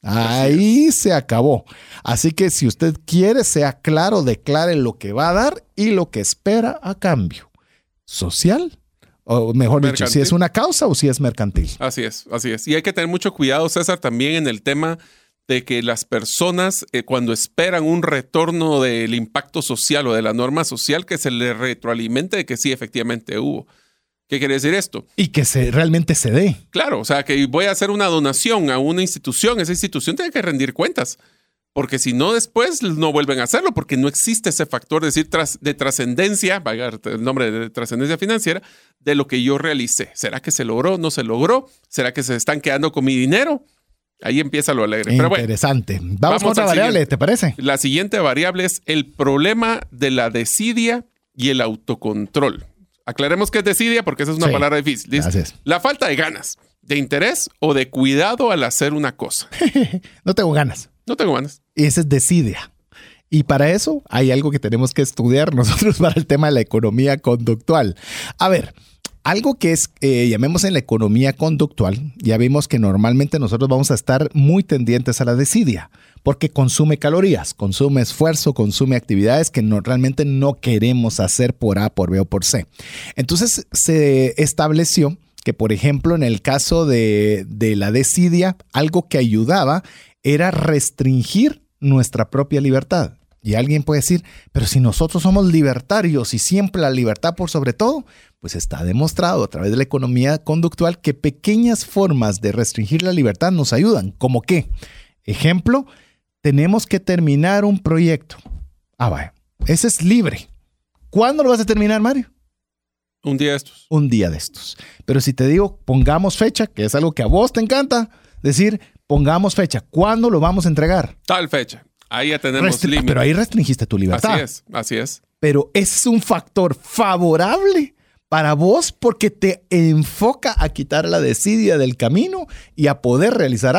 Ahí se acabó. Así que si usted quiere, sea claro, declare lo que va a dar y lo que espera a cambio. Social. O mejor mercantil. Dicho, si es una causa o si es mercantil. Así es, así es. Y hay que tener mucho cuidado, César, también en el tema de que las personas eh, cuando esperan un retorno del impacto social o de la norma social, que se les retroalimente de que sí, efectivamente hubo. ¿Qué quiere decir esto? Y que se, realmente se dé. Claro, o sea, que voy a hacer una donación a una institución, esa institución tiene que rendir cuentas. Porque si no, después no vuelven a hacerlo, porque no existe ese factor de, decir, tras, de trascendencia, vaya el nombre de trascendencia financiera, de lo que yo realicé. ¿Será que se logró? ¿No se logró? ¿Será que se están quedando con mi dinero? Ahí empieza lo alegre. Pero interesante. Bueno, vamos, vamos con otra variable, siguiente. ¿Te parece? La siguiente variable es el problema de la desidia y el autocontrol. Aclaremos qué es desidia, porque esa es una sí, palabra difícil. Dice, la falta de ganas, de interés o de cuidado al hacer una cosa. No tengo ganas. No tengo ganas. Y esa es desidia. Y para eso hay algo que tenemos que estudiar nosotros para el tema de la economía conductual. A ver, algo que es, eh, llamemos en la economía conductual, ya vimos que normalmente nosotros vamos a estar muy tendientes a la desidia, porque consume calorías, consume esfuerzo, consume actividades que no, realmente no queremos hacer por A, por B o por C. Entonces se estableció que, por ejemplo, en el caso de, de la desidia, algo que ayudaba era restringir nuestra propia libertad. Y alguien puede decir, pero si nosotros somos libertarios y siempre la libertad por sobre todo, pues está demostrado a través de la economía conductual que pequeñas formas de restringir la libertad nos ayudan. ¿Cómo qué? Ejemplo, tenemos que terminar un proyecto. Ah, vaya, ese es libre. ¿Cuándo lo vas a terminar, Mario? Un día de estos. Un día de estos. Pero si te digo, pongamos fecha, que es algo que a vos te encanta, decir, pongamos fecha. ¿Cuándo lo vamos a entregar? Tal fecha. Ahí ya tenemos Restri- límite. Pero ahí restringiste tu libertad. Así es, así es. Pero ese es un factor favorable para vos porque te enfoca a quitar la desidia del camino y a poder realizar algo.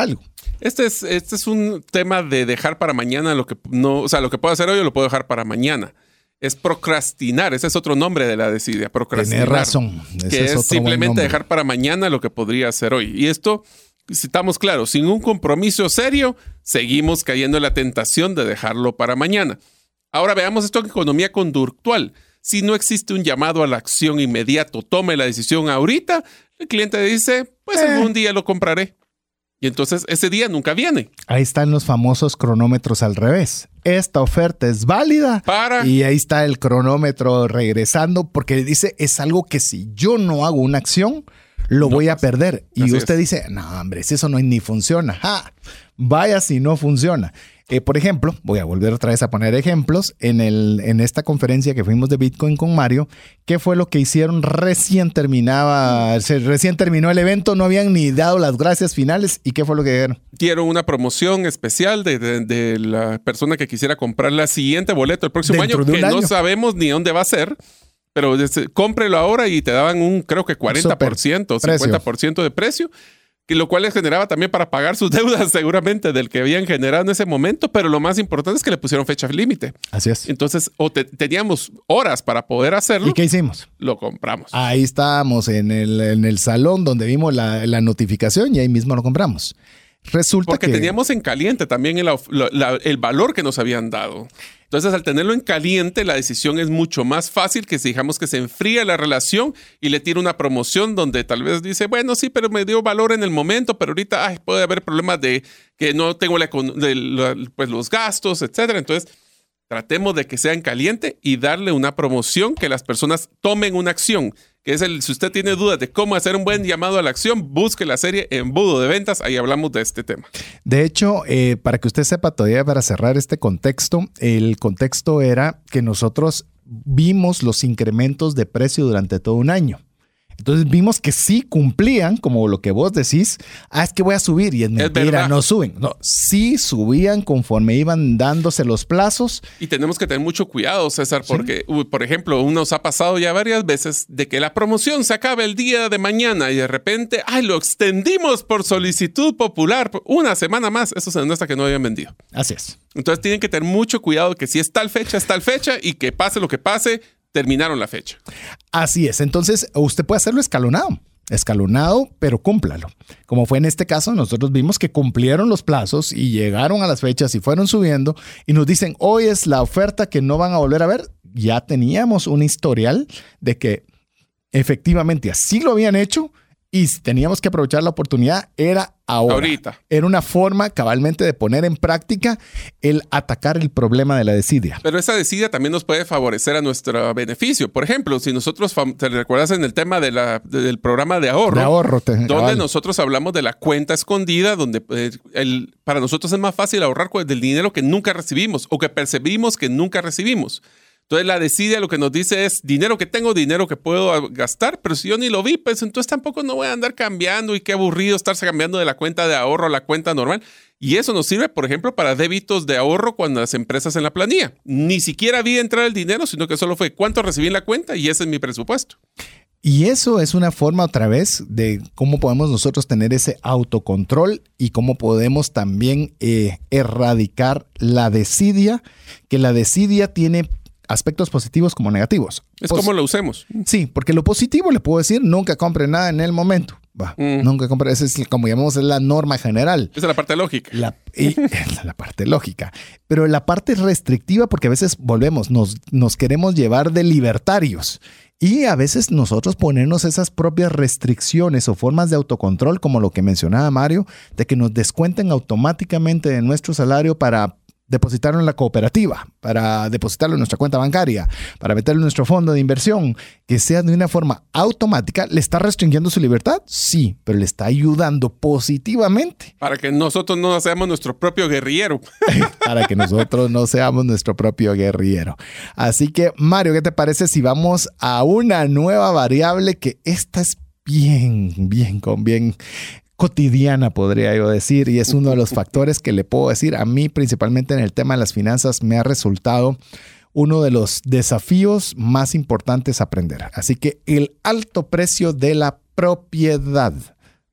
Este es, este es un tema de dejar para mañana lo que no, o sea, lo que puedo hacer hoy, yo lo puedo dejar para mañana. Es procrastinar, ese es otro nombre de la desidia, procrastinar. Tienes razón. Ese que es, es otro simplemente dejar para mañana lo que podría hacer hoy. Y esto, si estamos claros, sin un compromiso serio, seguimos cayendo en la tentación de dejarlo para mañana. Ahora veamos esto en economía conductual. Si no existe un llamado a la acción inmediato, tome la decisión ahorita, el cliente dice, pues Eh. algún día lo compraré. Y entonces ese día nunca viene. Ahí están los famosos cronómetros al revés. Esta oferta es válida. Para. Y ahí está el cronómetro regresando porque dice, es algo que si yo no hago una acción, lo No voy a pasa. perder. Y Así usted es. dice, no, hombre, si eso no ni funciona. ¡Ja! Vaya si no funciona. Eh, por ejemplo, voy a volver otra vez a poner ejemplos. En, el, en esta conferencia que fuimos de Bitcoin con Mario, ¿qué fue lo que hicieron? Recién terminaba, se, recién terminó el evento, no habían ni dado las gracias finales. ¿Y qué fue lo que dijeron? Dieron una promoción especial de, de, de la persona que quisiera comprar la siguiente boleto el próximo Dentro año, de un que año. no sabemos ni dónde va a ser. Pero este, cómprelo ahora y te daban un, creo que cuarenta por ciento, Super precio. cincuenta por ciento de precio, que lo cual les generaba también para pagar sus deudas seguramente del que habían generado en ese momento, pero lo más importante es que le pusieron fecha límite. Así es. Entonces, o te- teníamos horas para poder hacerlo, ¿Y qué hicimos? lo compramos. Ahí estábamos en el, en el salón donde vimos la, la notificación y ahí mismo lo compramos. Resulta Porque que teníamos en caliente también el, of- lo- la- el valor que nos habían dado. Entonces, al tenerlo en caliente, la decisión es mucho más fácil que si dejamos que se enfríe la relación y le tira una promoción donde tal vez dice, bueno, sí, pero me dio valor en el momento, pero ahorita ay, puede haber problemas de que no tengo la, econ- de la- pues, los gastos, etcétera. Entonces, tratemos de que sea en caliente y darle una promoción que las personas tomen una acción. Que es el, si usted tiene dudas de cómo hacer un buen llamado a la acción, busque la serie Embudo de Ventas. Ahí hablamos de este tema. de hecho, eh, para que usted sepa todavía para cerrar este contexto, el contexto era que nosotros vimos los incrementos de precio durante todo un año. Entonces vimos que sí cumplían, como lo que vos decís, ah, es que voy a subir y es mentira, verdad. no suben. No, sí subían conforme iban dándose los plazos. Y tenemos que tener mucho cuidado, César, porque, uy, por ejemplo, nos ha pasado ya varias veces de que la promoción se acaba el día de mañana y de repente, ay, lo extendimos por solicitud popular por una semana más. Eso se demuestra que no habían vendido. Así es. Entonces tienen que tener mucho cuidado que si es tal fecha, es tal fecha y que pase lo que pase, terminaron la fecha. Así es. Entonces, usted puede hacerlo escalonado. Escalonado, pero cúmplalo. Como fue en este caso, nosotros vimos que cumplieron los plazos y llegaron a las fechas y fueron subiendo y nos dicen, hoy es la oferta que no van a volver a ver. Ya teníamos un historial de que efectivamente así lo habían hecho y teníamos que aprovechar la oportunidad. Era ahora. Ahorita. Era una forma cabalmente de poner en práctica el atacar el problema de la desidia. Pero esa desidia también nos puede favorecer a nuestro beneficio. Por ejemplo, si nosotros, fam- te recuerdas en el tema de la, de- del programa de ahorro, De ahorro. te- donde cabal. nosotros hablamos de la cuenta escondida, donde eh, el, para nosotros es más fácil ahorrar cu- del dinero que nunca recibimos o que percibimos que nunca recibimos. Entonces la desidia lo que nos dice es dinero que tengo, dinero que puedo gastar, pero si yo ni lo vi, pues entonces tampoco no voy a andar cambiando y qué aburrido estarse cambiando de la cuenta de ahorro a la cuenta normal. Y eso nos sirve, por ejemplo, para débitos de ahorro cuando las empresas en la planilla. Ni siquiera vi entrar el dinero, sino que solo fue cuánto recibí en la cuenta y ese es mi presupuesto. Y eso es una forma otra vez de cómo podemos nosotros tener ese autocontrol y cómo podemos también eh, erradicar la desidia, que la desidia tiene aspectos positivos como negativos. Es Pos- como lo usemos. Sí, porque lo positivo le puedo decir, nunca compre nada en el momento. Va, Mm. nunca compre, esa es como llamamos, es la norma general. Esa es la parte lógica. La, y, la parte lógica. Pero la parte restrictiva, porque a veces volvemos, nos, nos queremos llevar de libertarios. Y a veces nosotros ponernos esas propias restricciones o formas de autocontrol, como lo que mencionaba Mario, de que nos descuenten automáticamente de nuestro salario para depositarlo en la cooperativa, para depositarlo en nuestra cuenta bancaria, para meterlo en nuestro fondo de inversión, que sea de una forma automática. ¿Le está restringiendo su libertad? Sí, pero le está ayudando positivamente Para que nosotros no seamos nuestro propio guerrillero. para que nosotros no seamos nuestro propio guerrillero. Así que, Mario, ¿qué te parece si vamos a una nueva variable que esta es bien, bien, con bien cotidiana, podría yo decir, y es uno de los factores que le puedo decir a mí, principalmente en el tema de las finanzas, me ha resultado uno de los desafíos más importantes a aprender. Así que el alto precio de la propiedad.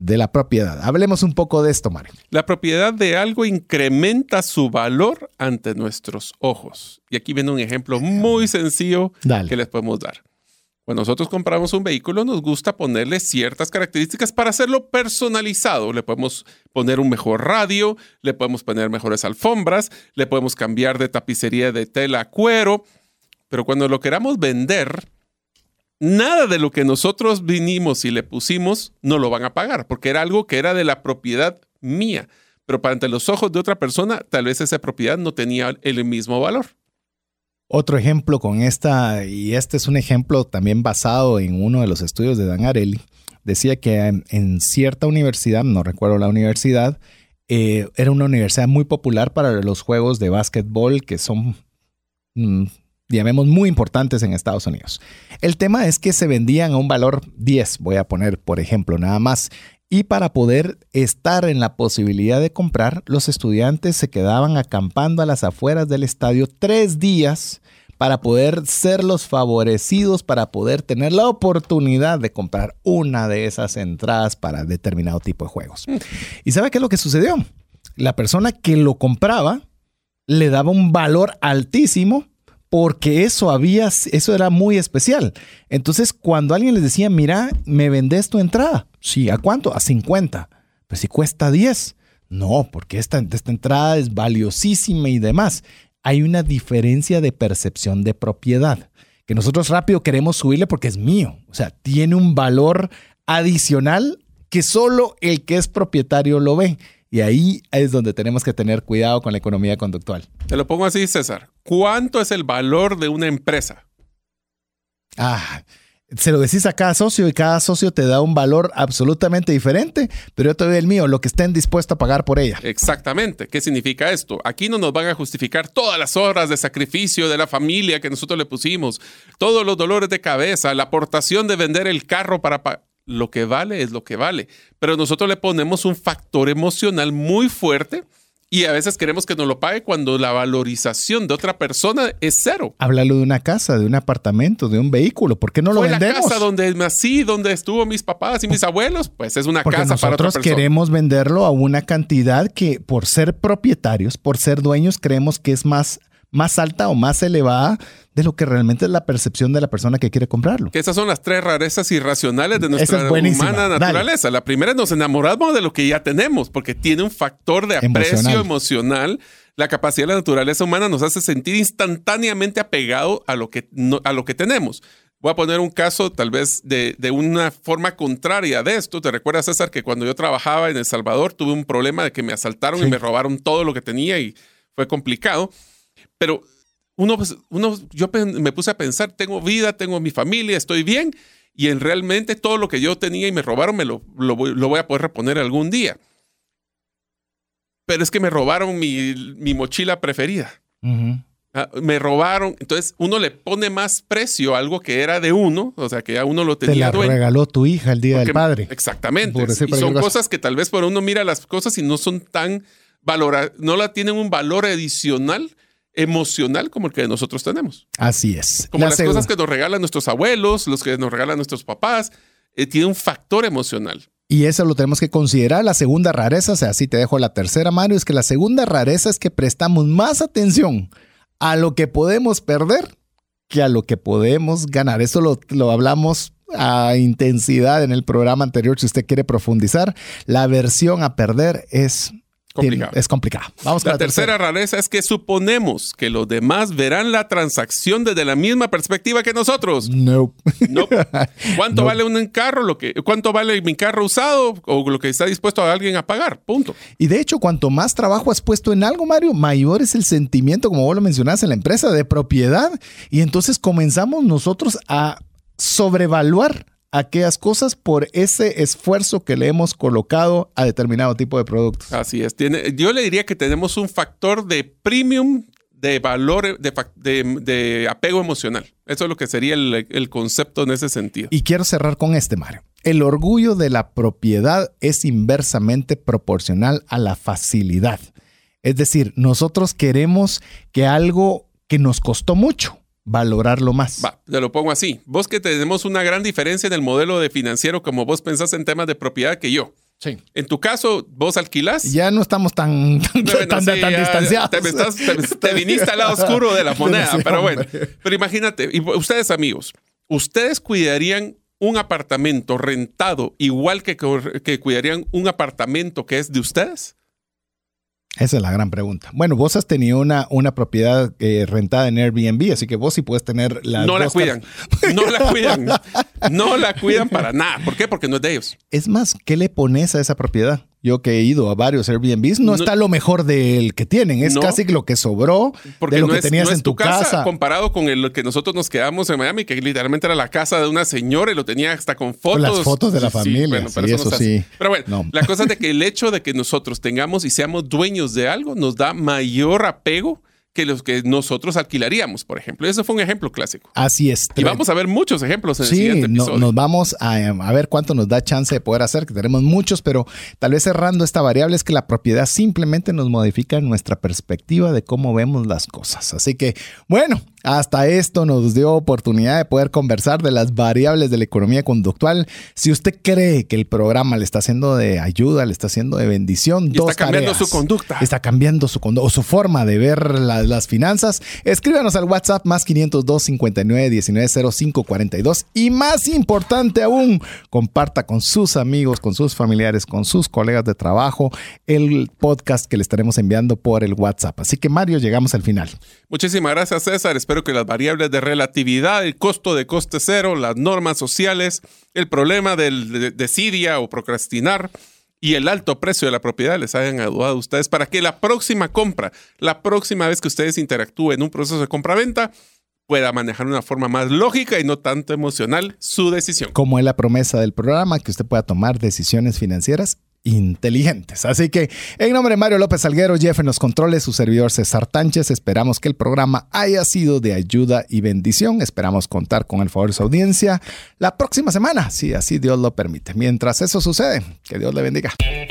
de la propiedad. Hablemos un poco de esto, Mario. La propiedad de algo incrementa su valor ante nuestros ojos. Y aquí viene un ejemplo muy sencillo Dale. que les podemos dar. Cuando nosotros compramos un vehículo, nos gusta ponerle ciertas características para hacerlo personalizado. Le podemos poner un mejor radio, le podemos poner mejores alfombras, le podemos cambiar de tapicería de tela a cuero. Pero cuando lo queramos vender, nada de lo que nosotros vinimos y le pusimos no lo van a pagar, porque era algo que era de la propiedad mía. Pero para ante los ojos de otra persona, tal vez esa propiedad no tenía el mismo valor. Otro ejemplo con esta, y este es un ejemplo también basado en uno de los estudios de Dan Ariely, decía que en, en cierta universidad, no recuerdo la universidad, eh, era una universidad muy popular para los juegos de básquetbol que son, mmm, llamemos, muy importantes en Estados Unidos. El tema es que se vendían a un valor diez, voy a poner por ejemplo nada más. Y para poder estar en la posibilidad de comprar, los estudiantes se quedaban acampando a las afueras del estadio tres días para poder ser los favorecidos, para poder tener la oportunidad de comprar una de esas entradas para determinado tipo de juegos. ¿Y sabe qué es lo que sucedió? La persona que lo compraba le daba un valor altísimo porque eso había, eso era muy especial. Entonces, cuando alguien les decía, mira, me vendes tu entrada. Sí, ¿a cuánto? A cincuenta. Pues si cuesta diez. No, porque esta, esta entrada es valiosísima y demás. Hay una diferencia de percepción de propiedad que nosotros rápido queremos subirle porque es mío. O sea, tiene un valor adicional que solo el que es propietario lo ve. Y ahí es donde tenemos que tener cuidado con la economía conductual. Te lo pongo así, César. ¿Cuánto es el valor de una empresa? Ah, se lo decís a cada socio y cada socio te da un valor absolutamente diferente, pero yo te doy el mío, lo que estén dispuestos a pagar por ella. Exactamente. ¿Qué significa esto? Aquí no nos van a justificar todas las horas de sacrificio de la familia que nosotros le pusimos, todos los dolores de cabeza, la aportación de vender el carro para pagar. Lo que vale es lo que vale, pero nosotros le ponemos un factor emocional muy fuerte y a veces queremos que nos lo pague cuando la valorización de otra persona es cero. Háblalo de una casa, de un apartamento, de un vehículo. ¿Por qué no lo Fue vendemos? La casa donde nací, donde estuvo mis papás y mis abuelos, pues es una Porque casa para otra persona. Nosotros queremos venderlo a una cantidad que por ser propietarios, por ser dueños, creemos que es más, más alta o más elevada de lo que realmente es la percepción de la persona que quiere comprarlo. Que esas son las tres rarezas irracionales de nuestra humana naturaleza. Dale. La primera es nos enamoramos de lo que ya tenemos porque tiene un factor de aprecio emocional. emocional. La capacidad de la naturaleza humana nos hace sentir instantáneamente apegado a lo que, no, a lo que tenemos. Voy a poner un caso tal vez de, de una forma contraria de esto. ¿Te recuerdas, César, que cuando yo trabajaba en El Salvador tuve un problema de que me asaltaron sí. y me robaron todo lo que tenía y fue complicado? Pero Uno, uno, yo me puse a pensar, tengo vida, tengo mi familia, estoy bien y en realmente todo lo que yo tenía y me robaron me lo, lo, voy, lo voy a poder reponer algún día. Pero es que me robaron mi, mi mochila preferida. Uh-huh. Ah, me robaron. Entonces uno le pone más precio a algo que era de uno, o sea que ya uno lo tenía. Te la dueño. Regaló tu hija el día Porque, del padre. Exactamente. Y son cosas que tal vez por uno mira las cosas y no son tan valoradas, no la tienen un valor adicional emocional como el que nosotros tenemos. Así es. Como la las segunda. cosas que nos regalan nuestros abuelos, los que nos regalan nuestros papás, eh, tiene un factor emocional. Y eso lo tenemos que considerar. La segunda rareza, o sea, así te dejo la tercera, Mario, es que la segunda rareza es que prestamos más atención a lo que podemos perder que a lo que podemos ganar. Eso lo, lo hablamos a intensidad en el programa anterior. Si usted quiere profundizar, la aversión a perder es... Complicado. Es complicado. Vamos con la, la tercera, tercera rareza es que suponemos que los demás verán la transacción desde la misma perspectiva que nosotros. No. Nope. ¿Cuánto nope. vale un carro? Lo que, ¿Cuánto vale mi carro usado? O lo que está dispuesto a alguien a pagar. Punto. Y de hecho, cuanto más trabajo has puesto en algo, Mario, mayor es el sentimiento, como vos lo mencionaste, en la empresa de propiedad. Y entonces comenzamos nosotros a sobrevaluar aquellas cosas por ese esfuerzo que le hemos colocado a determinado tipo de productos. Así es. Tiene, yo le diría que tenemos un factor de premium de valor, de, de, de apego emocional. Eso es lo que sería el, el concepto en ese sentido. Y quiero cerrar con este, Mario. El orgullo de la propiedad es inversamente proporcional a la facilidad. Es decir, nosotros queremos que algo que nos costó mucho, valorarlo más. Va, te lo pongo así. Vos que tenemos una gran diferencia en el modelo de financiero como vos pensás en temas de propiedad que yo. Sí. En tu caso, vos alquilás. Ya no estamos tan, tan, Bueno, tan, sí, tan ya distanciados. Te, estás, te, te viniste al lado oscuro de la moneda, Sí, pero bueno. hombre. Pero imagínate, y ustedes amigos, ¿ustedes cuidarían un apartamento rentado igual que, que cuidarían un apartamento que es de ustedes? Esa es la gran pregunta. Bueno, vos has tenido una, una propiedad eh, rentada en Airbnb, así que vos sí puedes tener la... No la cuidan, no la cuidan, no la cuidan para nada. ¿Por qué? Porque no es de ellos. Es más, ¿qué le pones a esa propiedad? Yo que he ido a varios Airbnbs, no, no está lo mejor del que tienen, es no, casi lo que sobró de lo no que es, tenías no es en tu casa, casa. Comparado con el que nosotros nos quedamos en Miami, que literalmente era la casa de una señora y lo tenía hasta con fotos. Con las fotos de la sí, familia, bueno, sí, pero eso, eso sí. Pero bueno, no. La cosa es de que el hecho de que nosotros tengamos y seamos dueños de algo nos da mayor apego que los que nosotros alquilaríamos, por ejemplo. Eso fue un ejemplo clásico. Así es. Y vamos a ver muchos ejemplos en sí, el siguiente episodio. No, nos vamos a, a ver cuánto nos da chance de poder hacer, que tenemos muchos, pero tal vez cerrando esta variable es que la propiedad simplemente nos modifica nuestra perspectiva de cómo vemos las cosas. Así que, bueno, hasta esto nos dio oportunidad de poder conversar de las variables de la economía conductual. Si usted cree que el programa le está haciendo de ayuda, le está haciendo de bendición, y dos está cambiando tareas. su conducta. Está cambiando su conducta o su forma de ver la, las finanzas. Escríbanos al WhatsApp más quinientos dos, cincuenta y nueve, diecinueve, cero cinco, cuarenta y dos. Y más importante aún, comparta con sus amigos, con sus familiares, con sus colegas de trabajo el podcast que le estaremos enviando por el WhatsApp. Así que, Mario, llegamos al final. Muchísimas gracias, César. Espero que las variables de relatividad, el costo de coste cero, las normas sociales, el problema del, de desidia o procrastinar y el alto precio de la propiedad les hayan ayudado a ustedes para que la próxima compra, la próxima vez que ustedes interactúen en un proceso de compra-venta, pueda manejar de una forma más lógica y no tanto emocional su decisión. Como es la promesa del programa, que usted pueda tomar decisiones financieras inteligentes. Así que, en nombre de Mario López Salguero, Jeff en los controles, su servidor César Tánchez, esperamos que el programa haya sido de ayuda y bendición. Esperamos contar con el favor de su audiencia la próxima semana, si así Dios lo permite. Mientras eso sucede, que Dios le bendiga.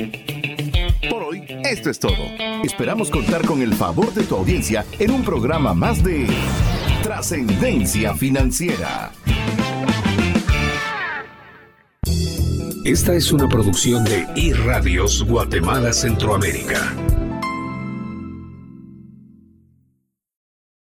Por hoy, esto es todo. Esperamos contar con el favor de tu audiencia en un programa más de Trascendencia Financiera. Esta es una producción de iRadios Guatemala Centroamérica.